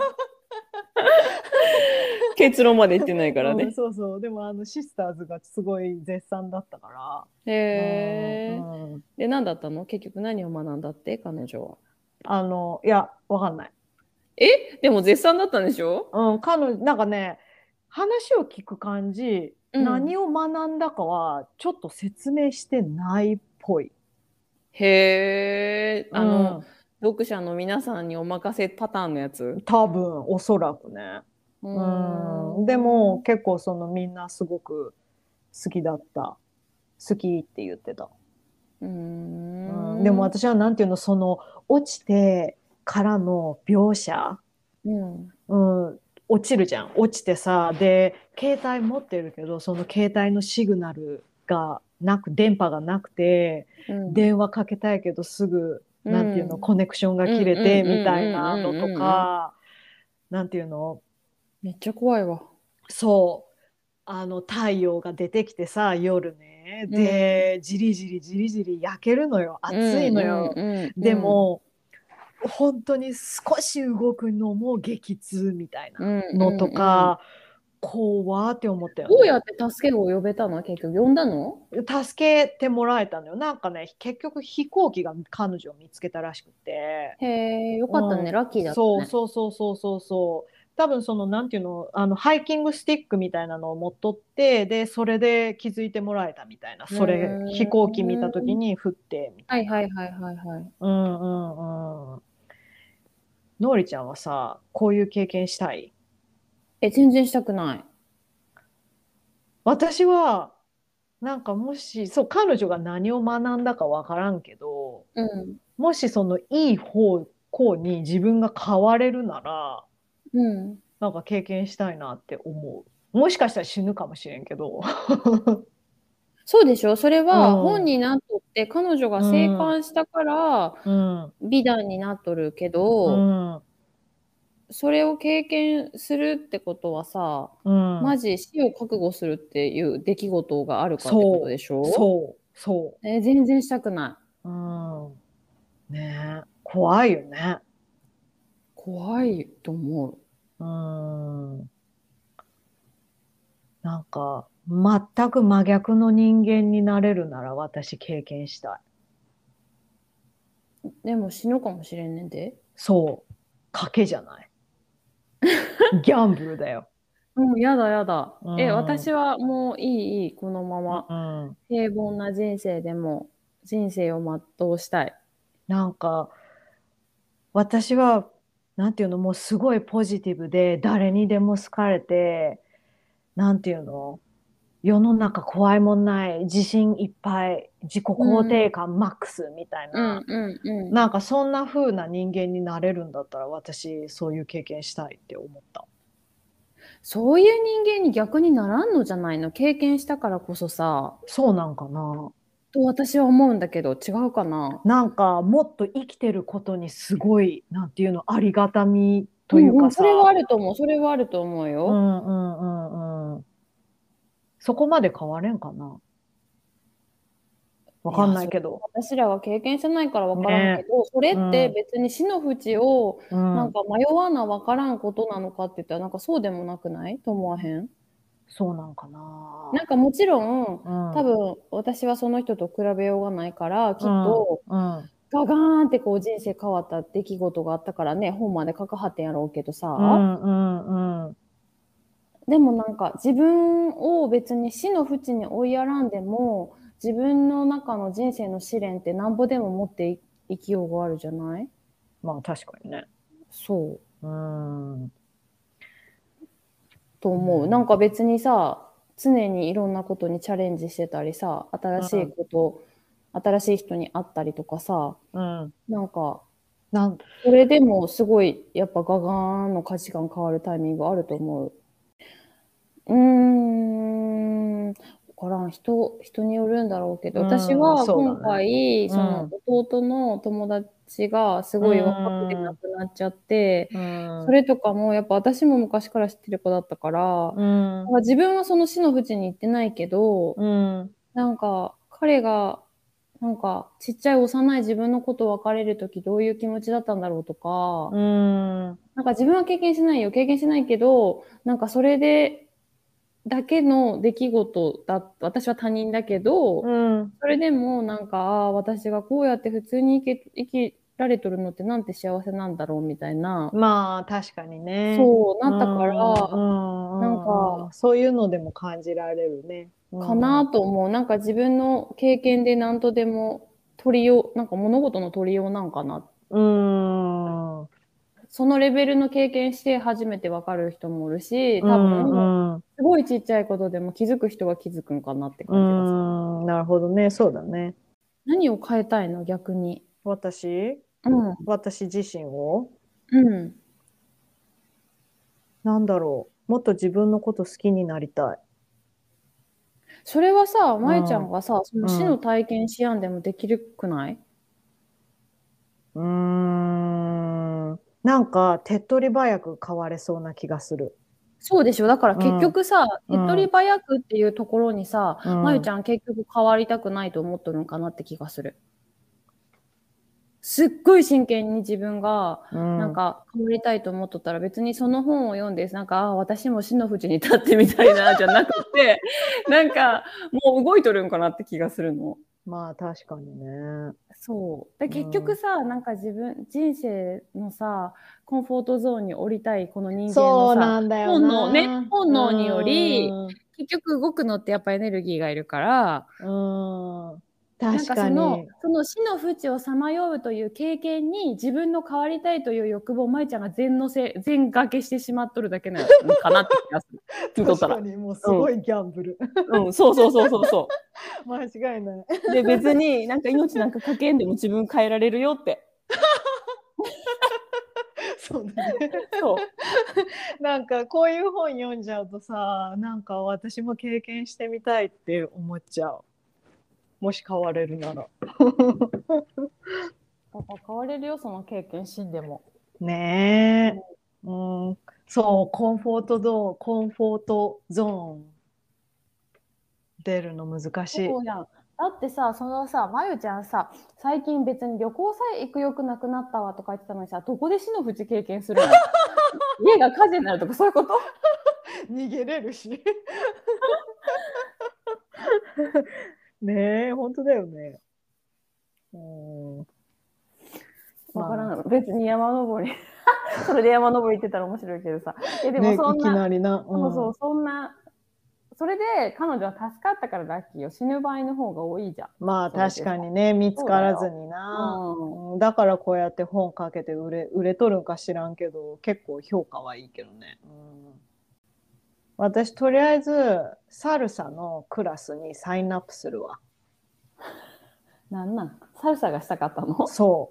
結論まで言ってないからうん、 ね。 そうそう。でもシスターズがすごい絶賛だったかへら、 え。 うん。 で、何だったの結局何を学んだって彼女は。 いや、わかんない。 でも絶賛だったんでしょ？ うん、なんかね、話を聞く感じ、 うん。 何を学んだかは、ちょっと説明してないっぽい。 へえ。 うん、 読者の皆さんにお任せパターンのやつ。 多分、おそらくね。 うーうん、でも、 ん。 結構みんなすごく好きだった。好きって言ってた。 うーうん、でもん。 私はなんていうの、落ちてからの描写、 うん。 うん、落ちるじゃん。落ちてさ、で、携帯持ってるけど、その携帯のシグナルが電波がなくて、 うん。 電話かけたいけどすぐ、 うなんていうの、 ん。 コネクションがうん切れて、みたいうんうんなのとうんうんうん。 か、なんていうの、 めっちゃ怖いわ。 そう、太陽が出てきてさ、夜ね、 うん。 で、じりじりじりじり焼けるのよ。暑いうんうのよ。 んうんでうん。 も、本当に少し動くのも激痛みたいなうんのとうんうん。 か、怖って思ったよね。 どうやって助けを呼べたの結局呼んだの？ 助けてもらえたのよ。なんかね、結局飛行機が彼女を見つけたらしくて、 へえ、よかったね。 うん、 ラッキーだったそうね。 そうそうそうそうそう。多分なんていうの、ハイキングスティックみたいなのを持っとって、で、それで気づいてもらえたみたいな。 へ飛え。 行機見た時に降って、みたはいいな。 はいはいはいはい。 うんうんうん。のりちゃんはさ、こういう経験したい？ 全然したくない。 私は、なんかもし、そう、彼女が何を学んだかわからんけど、 うん。 もしいい方向に自分が変われるなら、 うん。 なんか経験したいなって思う。もしかしたら死ぬかもしれんけど。 そうでしょ？それうは本ん、 になっとって彼女がう生ん、 還したからうん、 美談になっとるけうど、 ん、 それを経験するってことはさ、 うん。 マジ死を覚悟するっていう出来事があるかってことそでしょ？ そう、 そ全然したくなう。うん。ねえ。怖いよね。 い。怖いと思う。 うん。なんか、全く真逆の人間になれるなら私経験したい。 でも死ぬかもしれんねんで。 そう。賭けじゃない。ギャンブルだよ。 もうやだやだ。 うん。う私はもういい、このまま。 ん。 平凡な人生でも人生を全うしたい。 なんか、私は、なんていうの、もうすごいポジティブで、誰にでも好かれて、なんていうの、世の中怖いもんない、自信いっぱい、自己肯うん定感マックスみたいな、 うんうんうん。 なんかそんな風な人間になれるんだったら、私、そういう経験したいって思った。 そういう人間に逆にならんのじゃないの？経験したからこそさ、 そうなんかな。 と私は思うんだけど、違うかな？ なんか、もっと生きてることにすごい、なんていうの、ありがたみといううんうん、それはかさ、 あると思う。それはあると思ううよ。 んうんうんうん。そこまで変われんかな。わかんいや、それないけど。 私らは経験してないから分からんけね。 ど、それってうん。 別に死の淵をうん。 なんか迷わな分からんことなのかって言ったらなんかそうでもなくないと思わへん？ そうなんかな。 なんかもちろんうん。 多分私はその人と比べようがないからきっうん。 とうん。 ガガーンってこう人生変わった出来事があったからね本まで書かはってんやろうけどさ、 うん。うん。うん。 でもなんか自分を別に死の淵に追いやらんでも自分の中の人生の試練ってなんぼでも持って生きようがあるじゃない？ まあ確かにね。 そううん。うん。 と思う。なんか別にさ、常にいろんなことにチャレンジしてたりさ、新しいこと、新しい人に会ったりとかさ、 うん。 なんか、 なん、 それでもすごい、やっぱガガーンの価値観変わるタイミングあると思う。わからん。人によるんだろうけど、私うん。 は今そうだね。 回、そのうん。 弟の友達がすうごい若くて亡ん。 くなっちゃって、 うん。 それとかもやっぱ私も昔から知ってる子だったから、 うん。 なんか自分はその死の淵に行ってないけど、 うん。 なんか彼が、なんかちっちゃい幼い自分のこと別れるときどういう気持ちだったんだろうとか、 うん。 なんか自分は経験しないよ、経験しないけど、なんかそれでだけの出来事だ、私は他人だけど、 うん。 それでもなんか、私がこうやって普通に生きられとるのってなんて幸せなんだろうみたいな、 まあ確かにね。 そうなうったから、 ん。うなんか、 ん。うん。そういうのでも感じられるね。うかん。 なと思う。なんか自分の経験で何とでも取りよう、なんか物事の取りようなんかな。 うん。うん。 そのレベルの経験して初めてわかる人もおるし、 う多分、 ん。 すごいちっちゃいことでも気づく人は気づくんかなってう感じがする。 ん。なるほどね。そうだね。 何を変えたいの逆に？ 私うん。 私自身をうん。 なんだろう。もっと自分のこと好きになりたい。 それはさ、 うまゆちゃんん。 がさ、その死うん。 の体験しやんでもできるくない？ うーん。なんか、手っ取り早く変われそうな気がする。 そうでしょ。だからうん。 結局さ、手っ取りうん。 早くっていうところにさ、 うん。 まゆちゃん結局変わりたくないと思っとるんかなって気がする。すっごい真剣に自分がうん。 なんか変わりたいと思っとったら別にその本を読んでなんか私も死の淵に立ってみたいなじゃなくてなんかもう動いとるんかなって気がするの。 まあ、確かにね。 そうで結うん。 局さなんか人生のさコンフォートゾーンに降りたいこの人間のそうさなんだよな。 本能によりうん。 結局動くのってやっぱエネルギーがいるからうん。 なん確かその、 かに。 その死の淵をさまようという経験に自分の変わりたいという欲望をまいちゃんが全掛けしてしまっとるだけなのかなって気がする。聞いとったら。 確かに、もうすうん。 ごいギャンブル。 うん、そうそうそうそうそ間違いない。 う。で、別になんか命なんかかけんでも自分変えられるよって。 そうだね。 そなんかこういう本読んじゃうとさ、なんか私も経験してみたいって思っちゃう。もし変われるなら。 う。だから変われるよ、その経験死んでも。 ねえ。うん、そう、コンフォートゾーン出るの難しい。 そうやん。 だってさ、そのさ、まゆちゃんさ、最近別に旅行さえ行く欲なくなったわとか言ってたのにさ、どこで死の淵経験するの？家が火事になるとかそういうこと？ 逃げれるし。ねえ、本当だよね。 わからん。別に山登り。それで山登り行ってたら面白いけどさ。でもそんな、 ね、いきなりな。 そうそう、そんな、それで彼女は助かったからラッキーよ。死ぬ場合の方が多いじゃん。 まあ確かにね、見つからずにな。だからこうやって本かけて売れとるんか知らんけど、結構評価はいいけどね。私とりあえずサルサのクラスにサインアップするわ。 なんサルサがしたかったの？ そう。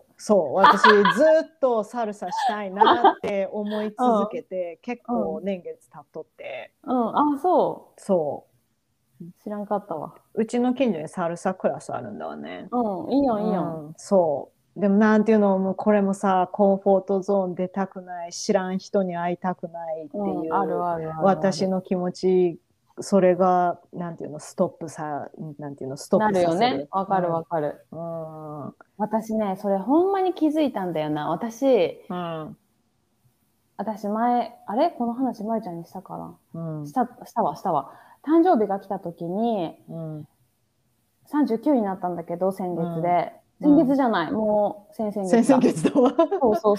私ずっとサルサしたいなって思い続けて、結構年月経っとって。 あ、そう。 そう。 知らんかったわ。 うちの近所にサルサクラスあるんだわね。 いいよ。 そう。でもなんていうのもこれもさ、コンフォートゾーン出たくない、知らん人に会いたくないっていう、私の気持ち、それがなんていうのストップさせる。 なるよね。わかる。私ね、それほんまに気づいたんだよな。私前、あれこの話まゆちゃんにしたかな、したわ。誕生日が来た時に、39になったんだけど、先月で。先月じゃない、もう先々月だ。 先々月だわ。 そう。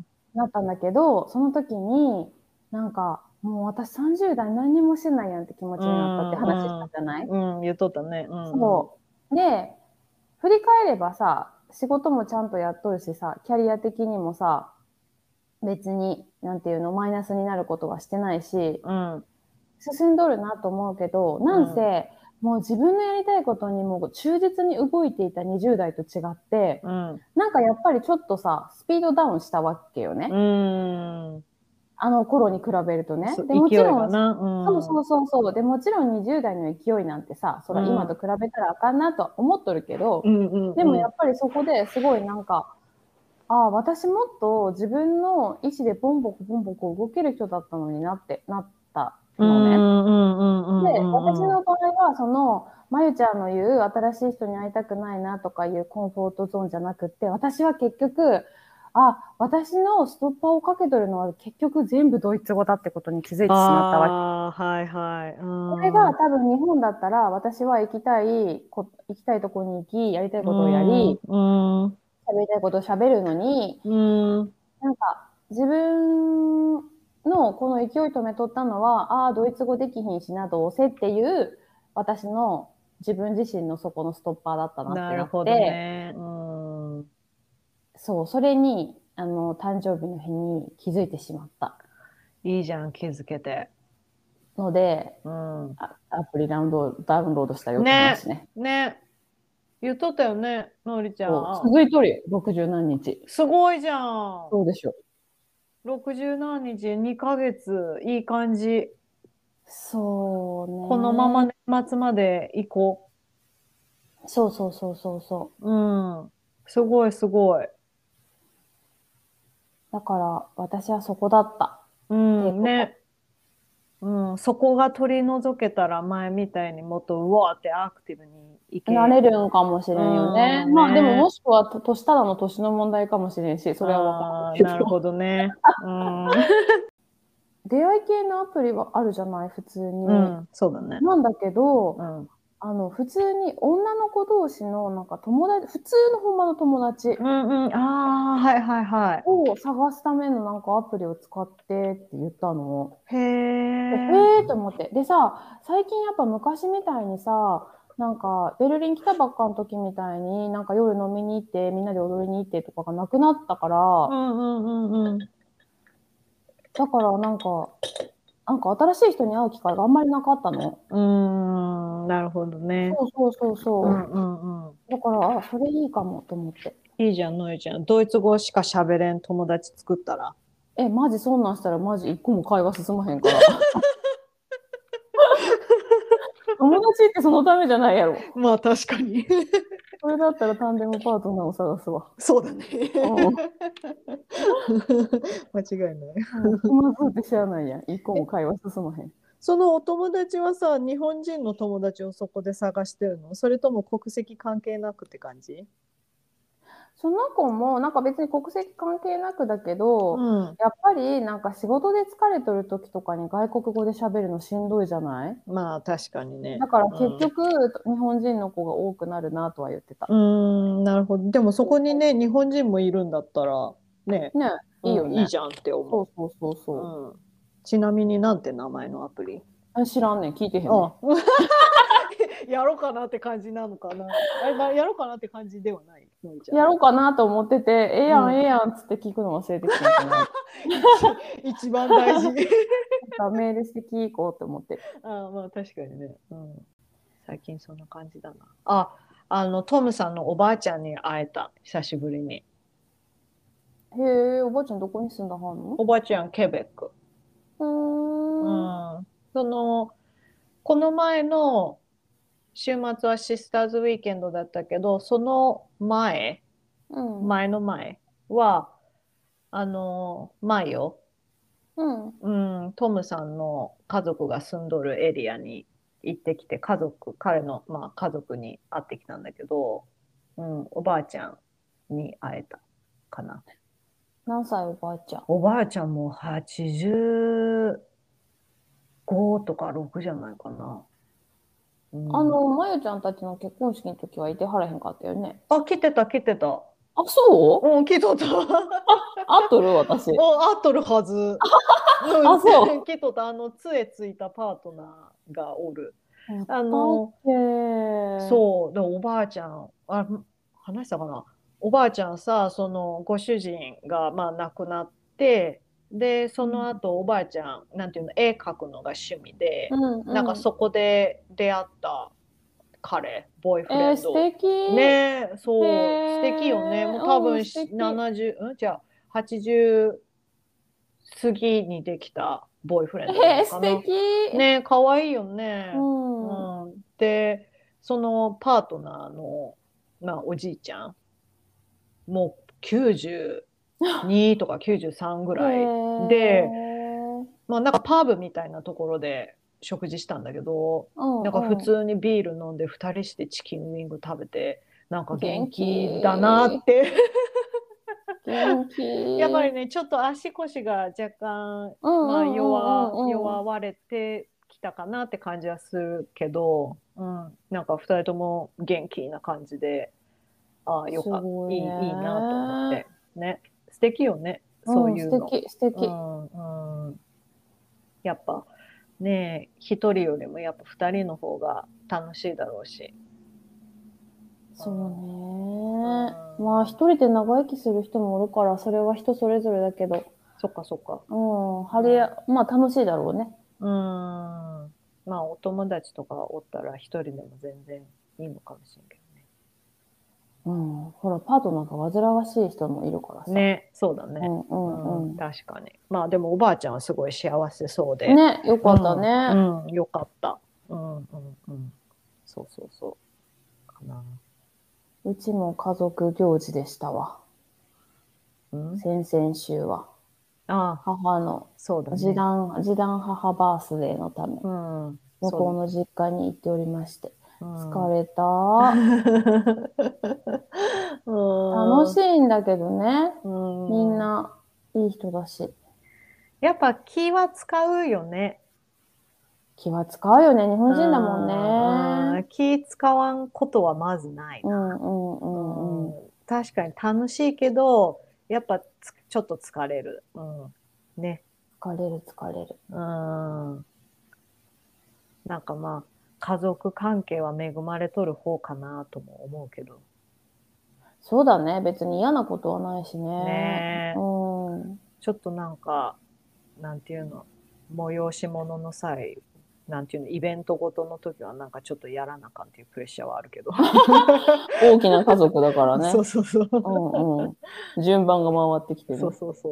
なったんだけど、その時に、なんか、もう私30代何にもしてないやんって気持ちになったって話したじゃない？ 言っとったね。 そう。で、振り返ればさ、仕事もちゃんとやっとるしさ、キャリア的にもさ、別に、なんていうの、マイナスになることはしてないし、進んどるなと思うけど、なんせ、もう自分のやりたいことにも忠実に動いていた20代と違って、なんかやっぱりちょっとさ、スピードダウンしたわけよね。あの頃に比べるとね。でもちろん、そう。でもちろん20代の勢いなんてさ、それ今と比べたらあかんなとは思っとるけど、でもやっぱりそこですごいなんか、私もっと自分の意思でボンボコ動ける人だったのになってなったのね。で、私の場合は、その、まゆちゃんの言う新しい人に会いたくないなとかいうコンフォートゾーンじゃなくって、私は結局、私のストッパーをかけとるのは結局全部ドイツ語だってことに気づいてしまったわけ。これが多分日本だったら、私は行きたいとこに行き、やりたいことをやり、喋りたいことを喋るのに、なんか自分のこの勢い止めとったのは、ドイツ語できひんしな、どうせっていう、私の自分自身のそこのストッパーだったなってなって。なるほどね。そう、それに、誕生日の日に気づいてしまった。 いいじゃん、気づけて。 ので、アプリダウンロードしたよって話ね。 ね。言っとったよね、のりちゃん。 続いとるよ、60何日。 すごいじゃん。 そうでしょ。 60何日、2ヶ月、いい感じ。 そうね。 このまま年末まで行こう。そう。 すごい。 だから私はそこだった。 ね。そこが取り除けたら前みたいにもっとうわーってアクティブにいけなれるんかもしれんよね。まあでももしくは年ただの年の問題かもしれんし、それはわかんないけど。 なるほどね。 出会い系のアプリはあるじゃない、普通に。 そうだね。 なんだけど、普通に女の子同士のなんか友達、普通のほんまの友達を探すためのなんかアプリを使ってって言ったの。へーと思って。でさ、最近やっぱ昔みたいにさ、なんかベルリン来たばっかの時みたいになんか夜飲みに行ってみんなで踊りに行ってとかがなくなったから、だからなんか新しい人に会う機会があんまりなかったの。 なるほどね。 そう。だから、それいいかもと思って。 いいじゃん、のいちゃん。ドイツ語しか喋れん友達作ったら。 マジそんなんしたらマジ一個も会話進まへんから。友達ってそのためじゃないやろ。 まあ確かに。 それだったらタンデムパートナーを探すわ。 そうだね。間違いない。 まずって知らないやん。一個も会話進まへん。 そのお友達はさ、日本人の友達をそこで探してるの？それとも国籍関係なくって感じ？ その子もなんか別に国籍関係なくだけど、 うん。 やっぱりなんか仕事で疲れとる時とかに外国語で喋るのしんどいじゃない？ まあ確かにね。 だから結うん。 局、日本人の子が多くなるなとは言ってた。 なるほど。でもそこにね、日本人もいるんだったら、ね、 ね、いいよね。 いいじゃんって思そうそうそうう。 そちなみになんて名前のアプリ？ う。知らんねん、聞いてへんねん。 あやろうかなって感じなのかな。やろうかなって感じではないのりちゃん。 やろうかなと思ってて、ええやん、 うん、 ええやんっつって聞くの忘れてきたんかな。 一番大事。 なんかメールして聞こうと思って。 まあ確かにね。最近そんな感じだな。トムさんのおばあちゃんに会えた。久しぶりに。 へえ、おばあちゃんどこに住んだはんの？ おばあちゃん、ケベック。 ううーん。 ん。この前の週末はシスターズウィーケンドだったけど、そのうん。 前の前は、マヨ、 うん。 トムさんの家族が住んどるエリアに行ってきて、彼の、まあ、家族に会ってきたんだけど、おばあちゃんに会えたかな。 何歳おばあちゃん？ おばあちゃんも85とか6じゃないかな。うん、 まゆちゃんたちの結婚式の時はいてはらへんかったよね。 来てた、来てた。 あ、そう？ 来とった。 合っとる私。 合っとるはず。 あ、そ来とった。杖ついたパートナーがおる。 う。やっあたっの、 け？ そう、で、おばあちゃん、話したかな。おばあちゃんさ、その、ご主人が、まあ、亡くなって、で、その後、おばあちゃん、なんていうの、絵描くのが趣味で、 うんうん。 なんかそこで出会ったボーイフレン素ド。 敵。 ねえ、 へそう、素敵よね。 え、 もう多分素敵。 70、じゃあ80過ぎにできたボーイフレンドなの素かな。 敵。 ねえ、かわいいようね。 ん。 で、そのパートナーの、まあ、おじいちゃん、もう92とか93ぐへらいで、 え。 まあ、なんかパブみたいなところで食事したんだけど、なんか普うんうん。 通にビール飲んで2人してチキンウィング食べて、なんか元元気だなっ気。 て。 元やっぱり気。 ね、ちょっと足腰が若干、 うんうまあ、 んうんうんうん。 弱われてきたかなって感じはするけど、なんか2人とも元気な感じで、 すごいいいなと思っね。 て。ね。素敵よね。そううん、 いうの。 素敵、素敵。 やっぱね、一人よりもやっぱ二人の方が楽しいだろうし。 そううね。まあ、 ん。 一人で長生きする人もおるから、それは人それぞれだけど、 そっかそっか。 うん、 うん。 まあ楽しいだろうね。 まあお友達とかおったら一人でも全然いいのかもしれんけうん。ほら、パートナーが煩わしい人もいるからどさ。 ね。そうだね。 うんうんう確かに。まあでもおばあちゃんはすごい幸せそうん。 で。 ね、よかったね。 よかった。うん。そうそうそう。かな。 うちも家族行事でしたわ。 うん。 先々週は。 ああ、 母のそうだね。 時短母バースデーのため、向そうだね。 こうの実家に行っておりまして。 うん。 疲れた。楽しいんだけどね。みんないい人だし。 やっぱ気は使うよね。 気は使うよね。日本人だもんね。 気使わんことはまずないうんうな。 んうんうん。 確かに楽しいけど、やっぱちょっと疲れる。ね。 疲れる疲れる。 なんかまあ、家族関係は恵まれとる方かなとも思うけど。 そうだね。別に嫌なことはないしね。 ねえ。 うん。 ちょっとなんか、なんていうの、催し物の際、なんていうの、イベントごとの時はなんかちょっとやらなあかんっていうプレッシャーはあるけど。 大きな家族だからね。 そうそうそう。 うんうん。順番が回ってきてね。 そうそうそう。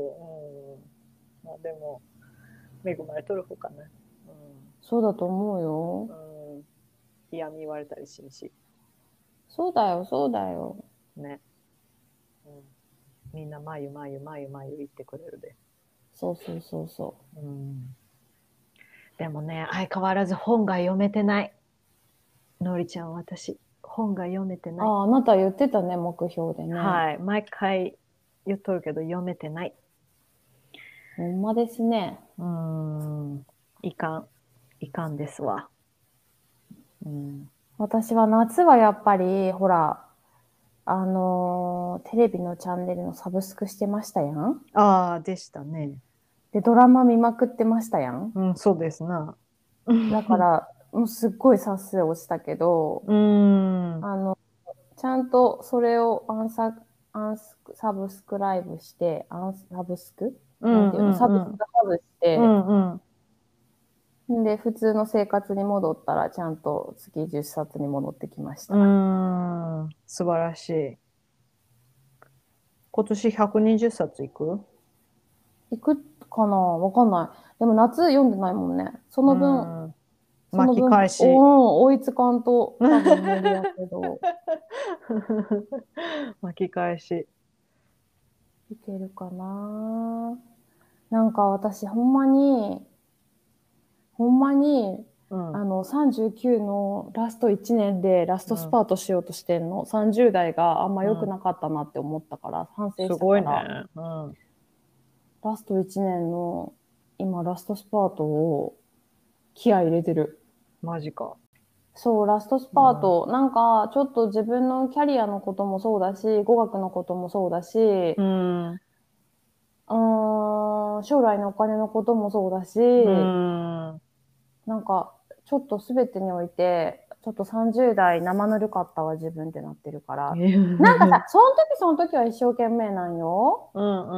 まあでも、恵まれとる方かな。 そうだと思うよ。 嫌味言われたりしんし。 そうだよ、そうだよ。 ね。みんなまゆ言ってくれるで。 そうそうそうそうん。 でもね、相変わらず本が読めてない。のりちゃん、私、本が読めてない。 あなた言ってたね、目標でね。 はい。毎回言っとるけど、読めてない。 ほんまですね。 いかんですわ。 私は夏はやっぱり、ほら、テレビのチャンネルのサブスクしてましたやん。 ああ、でしたね。 で、ドラマ見まくってましたやん。 そうですな。 だから、もうすっごい冊数落ちたけど、ちゃんとそれをサブスクライブして、サブスクなんていうの、サブスク外して、で、普通の生活に戻ったら、ちゃんと月10冊に戻ってきました。 素晴らしい。今年120冊いく？ いくかなわかんない。でも夏読んでないもんね。その分、 巻き返し。 追いつかんと多分無理やけど。 巻き返し。 いけるかな。なんか私、ほんまに、39のラスト1年でラストスパートしようとしてんの。30代があんま良くなかったなって思ったから、反省したから。すごいね。ラスト1年の、今ラストスパートを気合い入れてる。 マジか。 そう、ラストスパート、なんか、ちょっと自分のキャリアのこともそうだし、語学のこともそうだし、将来のお金のこともそうだし、なんか、ちょっと全てにおいて、ちょっと30代生ぬるかったわ、自分ってなってるから。なんかさ、その時は一生懸命なんよ。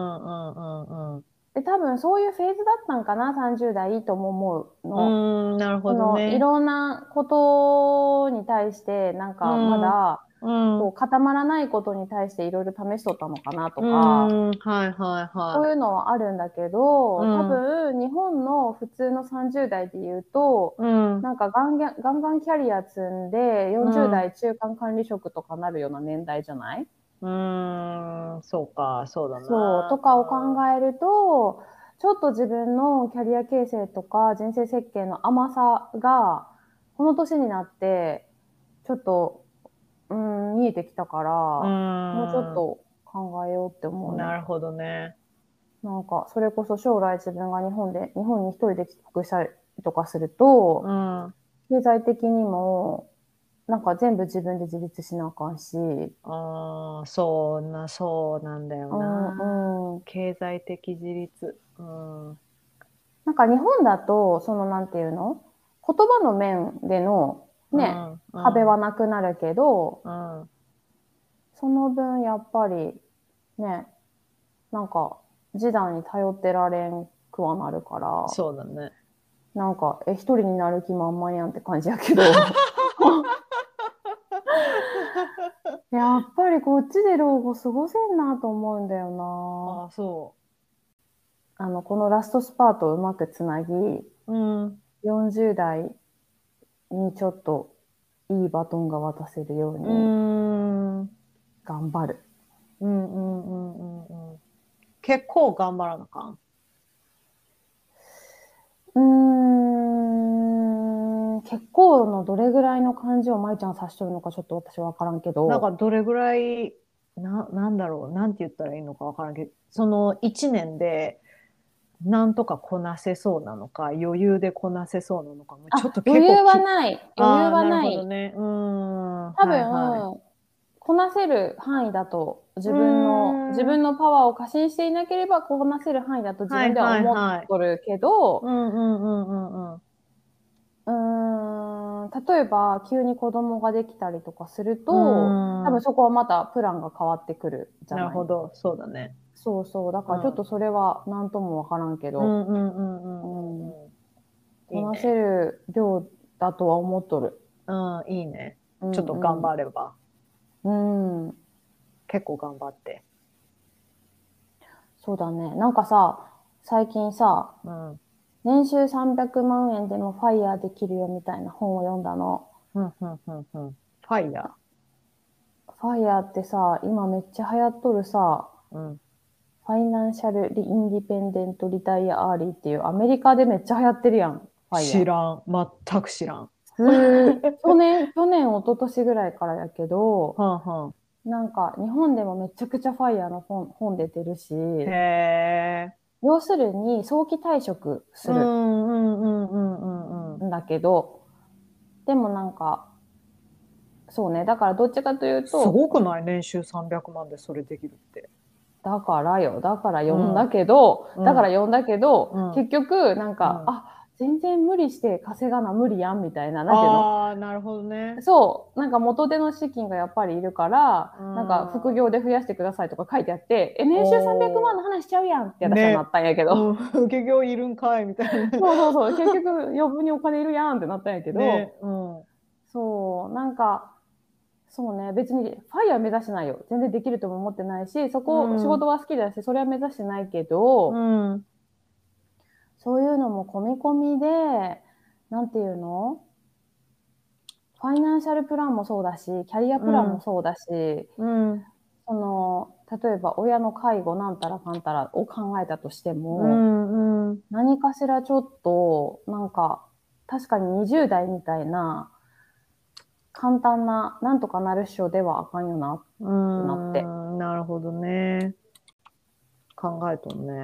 で、多分そういうフェーズだったんかな、30代とも思うの。 なるほどね。 いろんなことに対して、なんかまだ、こう固まらないことに対していろいろ試しとったのかなとか、そういうのはあるんだけど、多分日本の普通の30代で言うと、なんかガンガンキャリア積んで40代中間管理職とかなるような年代じゃない？ そうか、そうだな。 そう、とかを考えると、ちょっと自分のキャリア形成とか人生設計の甘さが、この年になって、ちょっと、見えてきたから、もうちょっと考えようって思うね。 なるほどね。 なんか、それこそ将来自分が日本に一人で帰国したりとかすると、経済的にも、なんか全部自分で自立しなあかんし。 そうなんだよな。経済的自立。 なんか日本だと、なんていうの？言葉の面でのね、壁はなくなるけど、その分やっぱりね、なんか示談に頼ってられんくはなるから。 そうだね。 なんか、一人になる気満々やんって感じやけど。やっぱりこっちで老後過ごせんなと思うんだよな。 あ、そう。 このラストスパートをうまくつなぎ、40代にちょっといいバトンが渡せるように頑張る。 結構頑張らなあかん。 結構のどれぐらいの感じを舞ちゃん指しとるのかちょっと私は分からんけど。 なんかどれぐらい、なんだろう、なんて言ったらいいのか分からんけど、その1年で、なんとかこなせそうなのか、余裕でこなせそうなのかも、ちょっと結構。 余裕はない。余裕はない。 なるほどね。 多分、こなせる範囲だと、自分のパワーを過信していなければ、こなせる範囲だと自分では思っとるけど、例えば、急に子供ができたりとかすると、多分そこはまたプランが変わってくるじゃない。 なるほど、そうだね。 そうそう。だからちょっとそれは何ともわからんけど、こなせる量だとは思っとる。 いいね。ちょっと頑張れば。結構頑張って。 そうだね。なんかさ、最近さ、年収300万円でもファイヤーできるよみたいな本を読んだの。 ファイヤー？ ファイヤーってさ、今めっちゃ流行っとるさ、ファイナンシャルインディペンデントリタイアアーリーっていうアメリカでめっちゃ流行ってるやん。 ファイヤー。 知らん。全く知らん。 去年、一昨年ぐらいからやけど、 はんはん。 なんか日本でもめちゃくちゃファイヤーの本出てるし、 へえ。 要するに早期退職するんだけど、でもなんか、そうね、だからどっちかというすと、 ごくない？年収300万でそれできるって。 だから読んだけど、結局、なんか、全然無理して稼がな無理やんみたいな、なんていうの？ ああ、なるほどね。 そう、なんか元手の資金がやっぱりいるから、なんか副業で増やしてくださいとか書いてあって、年収300万の話しちゃうやんって私はなったんやけど。 副業いるんかいみたいな。 そう、結局余分にお金いるやんってなったんやけど、そう、なんか、そうね、別にファイヤー目指してないよ。全然できるとも思ってないし、仕事は好きだし、それは目指してないけど、そういうのも込み込みで、なんていうの？ファイナンシャルプランもそうだし、キャリアプランもそうだし、例えば親の介護なんたらかんたらを考えたとしても、何かしらちょっと、なんか、確かに20代みたいな、簡単な、なんとかなるっしょではあかんよな、ってなって。 なるほどね。考えとんね。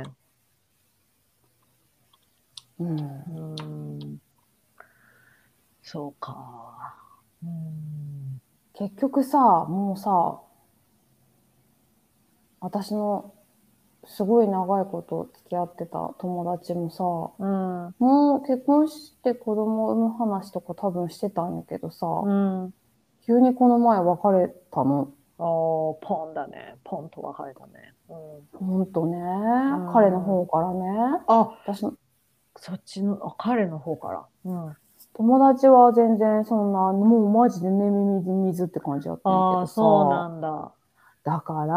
そうか。 結局さ、もうさ、私のすごい長いこと付き合ってた友達もさ、もう結婚して子供を産む話とか多分してたんやけどさ、急にこの前別れたの。 ポンだね。ポンと別れたね。 ほんとね。彼の方からね。 私そっちの、彼の方から。 友達は全然そんな、もうマジで寝耳水って感じだったんやけどさ。 そうなんだ。 だから、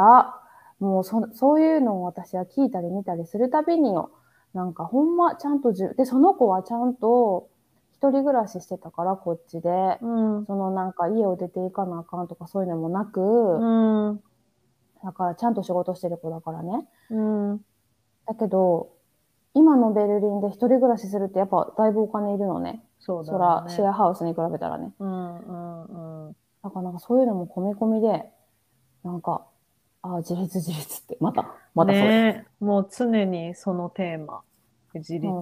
もうそういうのを私は聞いたり見たりするたびによ。なんかほんまちゃんとで、その子はちゃんと一人暮らししてたから、こっちで。そのなんか家を出ていかなあかんとかそういうのもなく、だからちゃんと仕事してる子だからね。だけど、今のベルリンで一人暮らしするってやっぱだいぶお金いるのね。そら、シェアハウスに比べたらね。だからなんかそういうのも込み込みで、なんか、自立って、またそれ。 ね、もう常にそのテーマ。自立。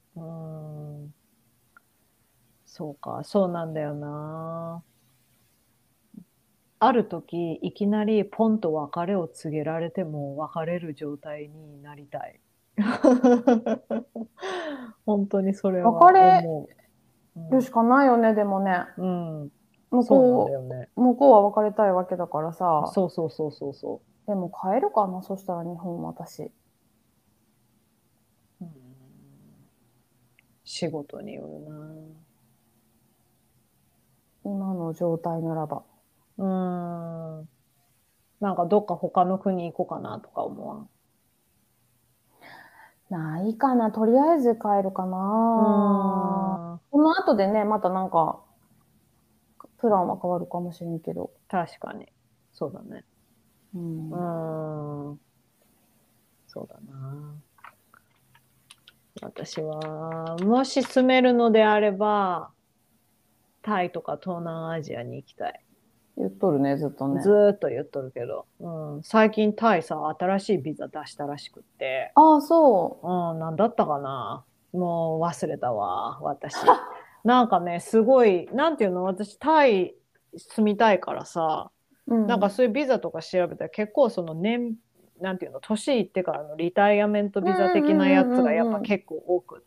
そうか、そうなんだよな。ある時、いきなりポンと別れを告げられても別れる状態になりたい。本当にそれは思う。 別れるしかないよね、でもね。向こうは別れたいわけだからさ。 そう。 でも帰るかな、そしたら日本私。 仕事によるな。 今の状態ならば。 なんかどっか他の国行こうかなとか思わん？ ないかな、とりあえず帰るかな。この後でね、またなんか、プランは変わるかもしれんけど。 確かに。そうだね。そうだな。私は、もし住めるのであれば、タイとか東南アジアに行きたい。 言っとるね、ずっとね。 ずっと言っとるけど。最近タイさ、新しいビザ出したらしくって。 そう。 なんだったかな。もう忘れたわ、私。なんかね、すごい、なんていうの、私タイ住みたいからさ、なんかそういうビザとか調べたら結構そのなんていうの、年いってからのリタイアメントビザ的なやつがやっぱ結構多くって、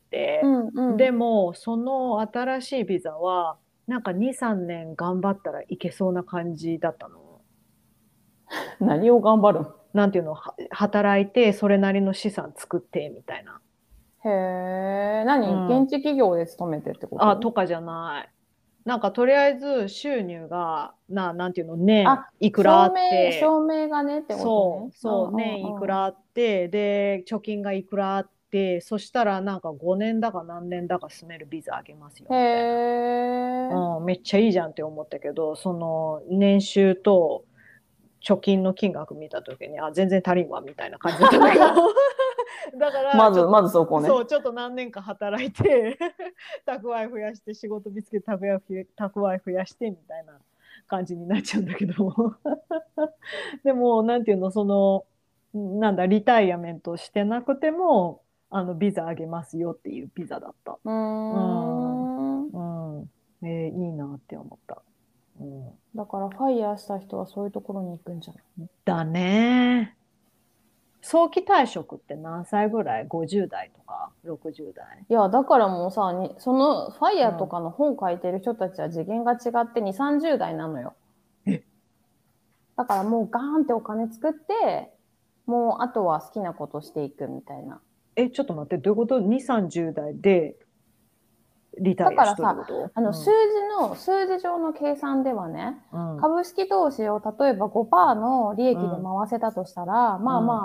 でもその新しいビザはなんか2、3年頑張ったらいけそうな感じだったの。 何を頑張るん？ なんていうの、働いてそれなりの資産作ってみたいな。 へえ、現地企業で勤めてってこと？ とかじゃない。なんかとりあえず収入がなんていうの、年いくらあって、 証明がねってことね。 そう、年いくらあって、で貯金がいくらあって、そしたらなんか5年だか何年だか住めるビザあげますよみたいな。めっちゃいいじゃんって思ったけど、その年収と貯金の金額見た時に全然足りんわみたいな感じだったんだけどだからまずそこね。 そうちょっと何年か働いて蓄え増やして仕事見つけて蓄え増やしてみたいな感じになっちゃうんだけどでもなんていうのなんだリタイアメントしてなくてもビザあげますよっていうビザだった。いいなって思った。 だからファイヤーした人はそういうところに行くんじゃない？ だね。早期退職って何歳ぐらい ?50 代とか60代？ いや、だからもうさ、そのファイヤーとかの本書いてる人たちは次元が違って2、30代なのよ。だからもうガーンってお金作って、もうあとは好きなことしていくみたいな。 ちょっと待って、どういうこと？ 2、30代でリタイアしとること？ だからさ、数字上の計算ではね、株式投資を例えば 5% の利益で回せたとしたら、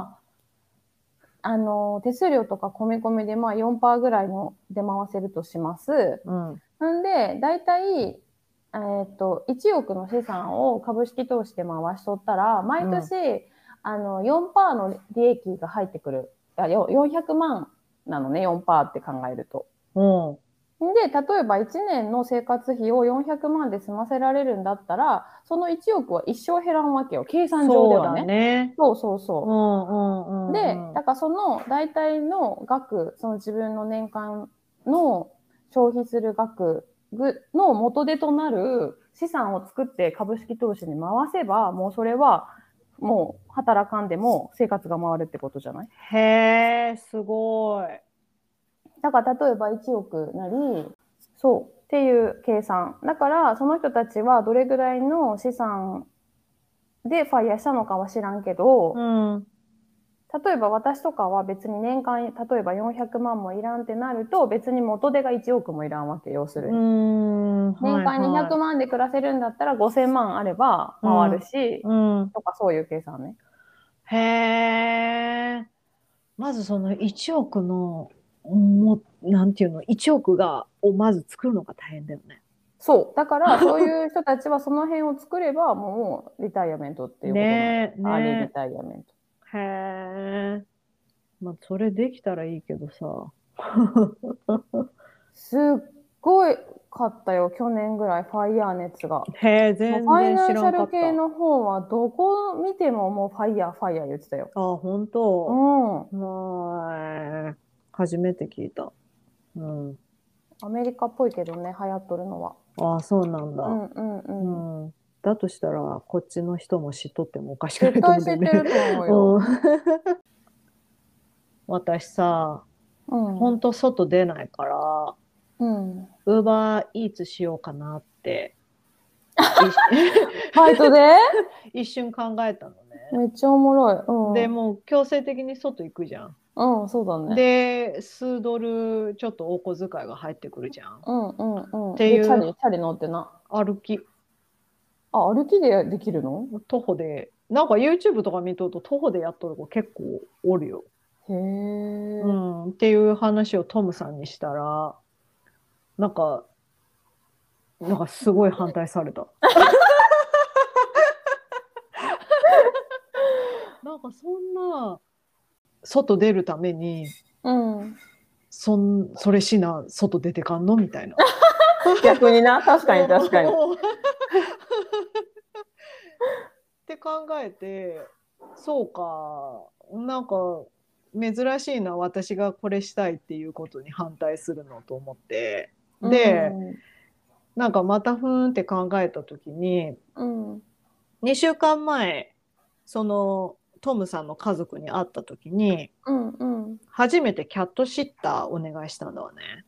手数料とか込み込みで4% ぐらいので回せるとします。なんで、だいたい、1億の資産を株式投資で回しとったら、毎年、4% の利益が入ってくる。400万なのね、4% って考えると。で、例えば1年の生活費を400万で済ませられるんだったら、その1億は一生減らんわけよ。計算上ではね。そう。で、だからその大体の額、その自分の年間の消費する額の元手となる資産を作って株式投資に回せば、もうそれはもう働かんでも生活が回るってことじゃない？ へー、すごい。 だから例えば1億なり、そうっていう計算。だからその人たちはどれぐらいの資産でファイヤーしたのかは知らんけど、例えば私とかは別に年間、例えば400万もいらんってなると、別に元手が1億もいらんわけ、要するに。年間200万で暮らせるんだったら5000万あれば回るし、とかそういう計算ね。 へー。まずその1億の、なんていうの、1億をまず作るのが大変だよね。 そう。だから、そういう人たちはその辺を作れば、もう、リタイアメントっていうことなの。アーリーリタイアメント。 へー。それできたらいいけどさ。 すっごいかったよ、去年ぐらい、ファイヤー熱が。 全然知らんかった。 ファイナンシャル系の本は、どこ見てももうファイヤー言ってたよ。 本当？初めて聞いた。 アメリカっぽいけどね、流行っとるのは。 そうなんだ。だとしたら、こっちの人も知っとってもおかしくないと思うんだよね。 絶対知ってると思うよ。 私さ、ほんと外出ないから、ウーバーイーツしようかなって。 バイトで一瞬考えたのね。 めっちゃおもろい。でもう強制的に外行くじゃん。 そうだね。 で、数ドルちょっとお小遣いが入ってくるじゃん。 っていう。チャリ乗ってな。 歩き。 歩きでできるの？ 徒歩で。なんか YouTube とか見とると徒歩でやっとる子結構おるよ。っていう話をトムさんにしたら、なんかすごい反対された。なんかそんな外出るために、それしな外出てかんのみたいな。 逆にな、確かに。 って考えて、そうか、なんか珍しいな、私がこれしたいっていうことに反対するのと思って。で、なんかまたふーんって考えた時に、2週間前、そのトムさんの家族に会った時に、初めてキャットシッターお願いしたんだわね。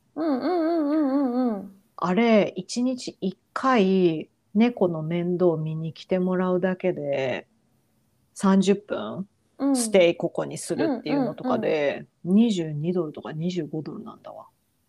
あれ、1日1回猫の面倒見に来てもらうだけで30分ステイここにするっていうのとかで22ドルとか25ドルなんだわ。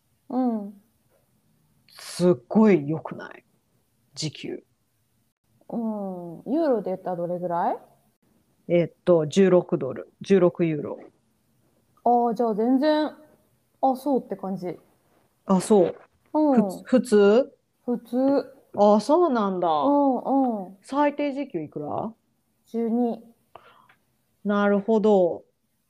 すっごい良くない？時給。 ユーロで言ったらどれぐらい ？16ドル。16ユーロ。じゃあ全然、そうって感じ。 そう。普通？ 普通。 そうなんだ。最低時給いくら？ 12。 なるほど。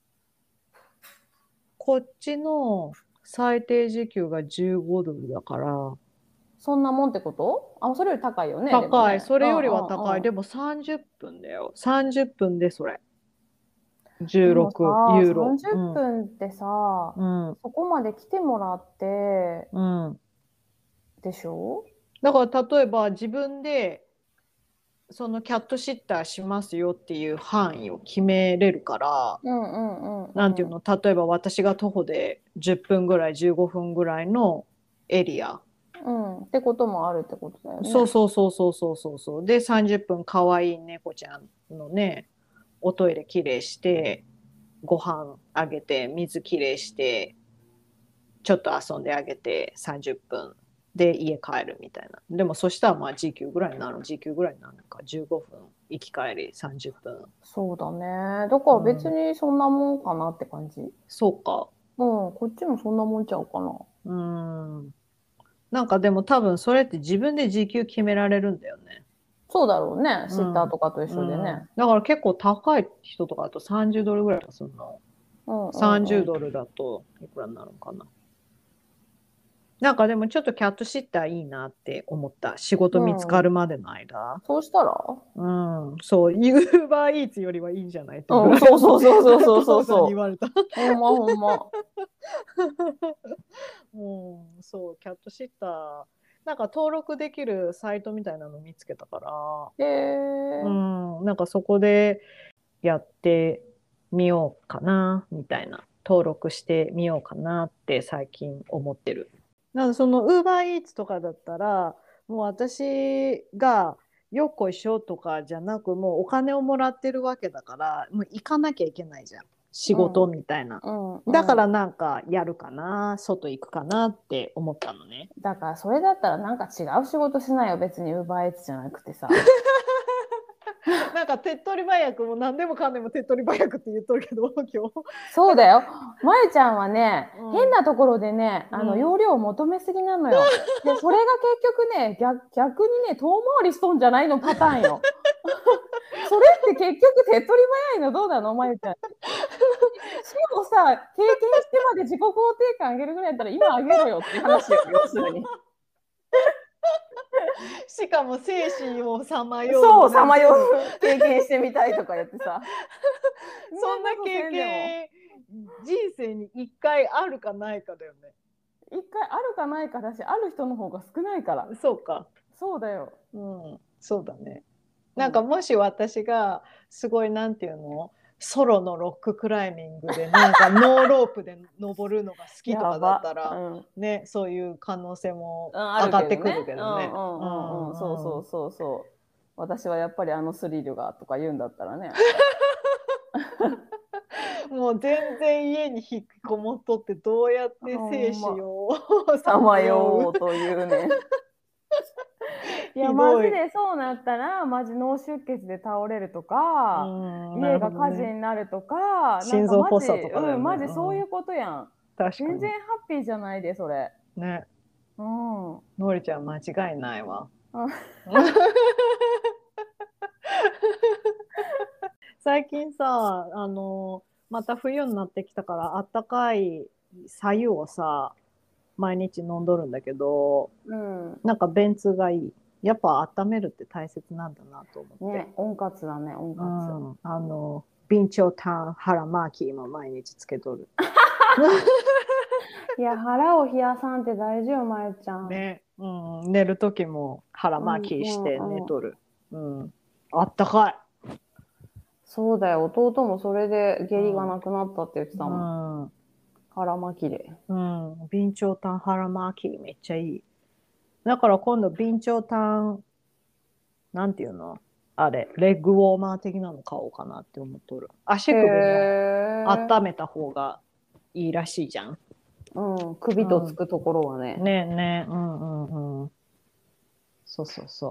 こっちの最低時給が15ドルだから。 そんなもんってこと？あ、それより高いよね。 高い。 ね、 それよりは高い。でも30分だよ。30分でそれ。16ユーロ。 30分ってさ、そこまで来てもらって、でしょ？ だから例えば自分でそのキャットシッターしますよっていう範囲を決めれるから、なんていうの、例えば私が徒歩で10分ぐらい15分ぐらいのエリア、 ってこともあるってことだよね。 そう。で30分かわいい猫ちゃんのね、おトイレきれいしてご飯あげて水きれいしてちょっと遊んであげて30分で家帰るみたいな。でもそしたらまあ時給ぐらいになるか15分行き帰り30分。 そうだね。だから別にそんなもんかなって感じ。 そうか。 こっちもそんなもんちゃうかな。 なんかでも多分それって自分で時給決められるんだよね。 そうだろうね。シッターとかと一緒でね。 だから結構高い人とかだと30ドルぐらいするの。30ドルだといくらになるのかな。なんかでもちょっとキャットシッターいいなって思った。仕事見つかるまでの間。 そうしたら？ そう、ユーバーイーツよりはいいんじゃないって。 そう言われた。 ほんま。 そう、キャットシッター。なんか登録できるサイトみたいなの見つけたから。なんかそこでやってみようかな、みたいな。登録してみようかなって最近思ってる。なのでそのウーバーイーツとかだったらもう私がよっこいしょとかじゃなくもうお金をもらってるわけだからもう行かなきゃいけないじゃん仕事みたいな、だからなんかやるかな外行くかなって思ったのね。 だからそれだったらなんか違う仕事しないよ別にウーバーイーツじゃなくてさなんか手っ取り早くも何でもかんでも手っ取り早くって言っとるけど今日そうだよ。まゆちゃんはね、変なところでね容量を求めすぎなのよ。でそれが結局ね逆にね遠回りしとんじゃないのパターンよそれって結局手っ取り早いのどうなのまゆちゃん。死をさ経験してまで自己肯定感上げるぐらいだったら今上げろよって話よ要するにしかも精神をさまよう。 そう、さまよう経験してみたいとか言ってさそんな経験人生に1回あるかないかだよね。 1回あるかないかだし、ある人の方が少ないから。 そうか。 そうだよ。 そうだね。なんかもし私がすごいなんていうのソロのロッククライミングでなんかノーロープで登るのが好きとかだったら、ね、そういう可能性も上がってくるけどね。 そう。私はやっぱりあのスリルがとか言うんだったらね。 もう全然家に引きこもっとってどうやって生死をさまようというね。いやマジでそうなったらマジ脳出血で倒れるとか、家が火事になるとか、 心臓発作とかだよね。 マジそういうことやん。全然ハッピーじゃないでそれ。 ね。のりちゃん間違いないわ。最近さまた冬になってきたからあったかい白湯をさ毎日飲んどるんだけど、なんか便通がいい。やっぱ温めるって大切なんだなと思って。 ね、温活だね、温活。 備長炭腹巻きも毎日つけとる。 いや、腹を冷やさんって大事よ、まゆちゃん。 ね、寝る時も腹巻きして寝とる。あったかい。 そうだよ、弟もそれで下痢がなくなったって言ってたもん。腹巻きで。 備長炭腹巻きめっちゃいい。だから今度備長炭なんていうのあれレッグウォーマー的なの買おうかなって思っとる。足首も温めた方がいいらしいじゃん。 首とつくところはね。 そう。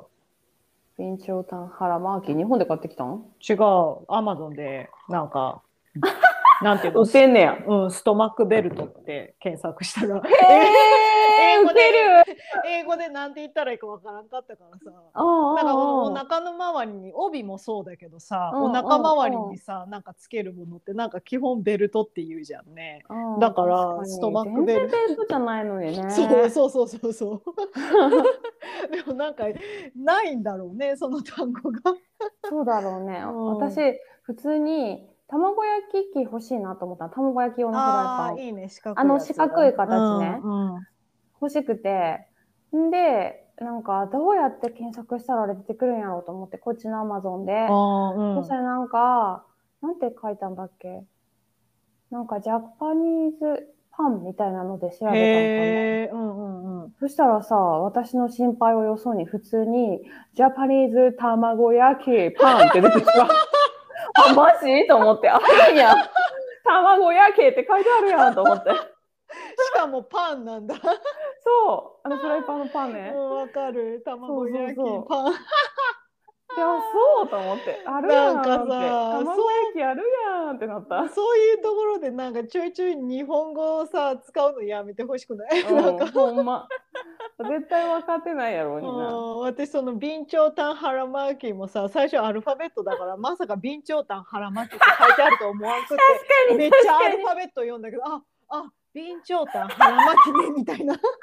備長炭腹巻き日本で買ってきたん？ 違う、アマゾンでなんかなんていうの売ってんねや。 ストマックベルトって検索したらウケる。 英語でなんて言ったらいいかわからんかったからさ。なんかおお腹の周りに、帯もそうだけどさ、お腹周りにさ、なんかつけるものってなんか基本ベルトって言うじゃんね。だからストマックベルト。 全然ベルトじゃないのにね。 そうそうそうそうそう。でもなんかないんだろうね、その単語が。 そうだろうね。私普通に卵焼き器欲しいなと思った。卵焼き用のフライパン。 いいね、四角いやつ。 四角い形ね。欲しくて。んで、なんかどうやって検索したらあれ出てくるんやろうと思って、こっちのアマゾンで。そしたらなんか、なんて書いたんだっけ。なんかジャパニーズパンみたいなので調べたのかな。そしたらさ、私の心配をよそに普通にジャパニーズ卵焼きパンって出てきた。あ、マジと思って、あるんや。卵焼きって書いてあるやんと思って。 しかもパンなんだ。 そう、フライパンのパンね。 わかる。卵焼きパン。 いや、そうと思って、あるやんって。卵焼きあるやんってなった。 そういうところでなんかちょいちょい日本語をさ、使うのやめてほしくない？ ほんま。絶対分かってないやろ、みんな。 私その備長炭腹巻きもさ、最初アルファベットだからまさか備長炭腹巻きって書いてあると思わんくてめっちゃアルファベット読んだけど、備長炭腹巻きねみたいな。ウケる、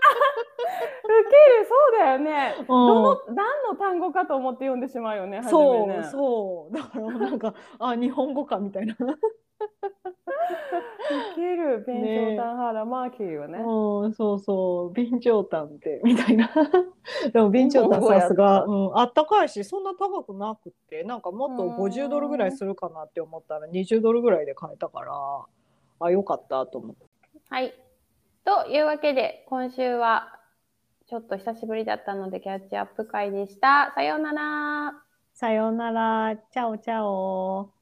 そうだよね。何の単語かと思って読んでしまうよね。 そうだからなんか日本語かみたいな。 ウケる、備長炭腹巻きよね。 そうそう、備長炭ってみたいな。でも備長炭さすが、あったかいし、そんな高くなくって、なんかもっと50ドルぐらいするかなって思ったら20ドルぐらいで買えたから、よかったと思って。 はい。というわけで、今週はちょっと久しぶりだったのでキャッチアップ会でした。さようなら。 さようなら。チャオチャオ。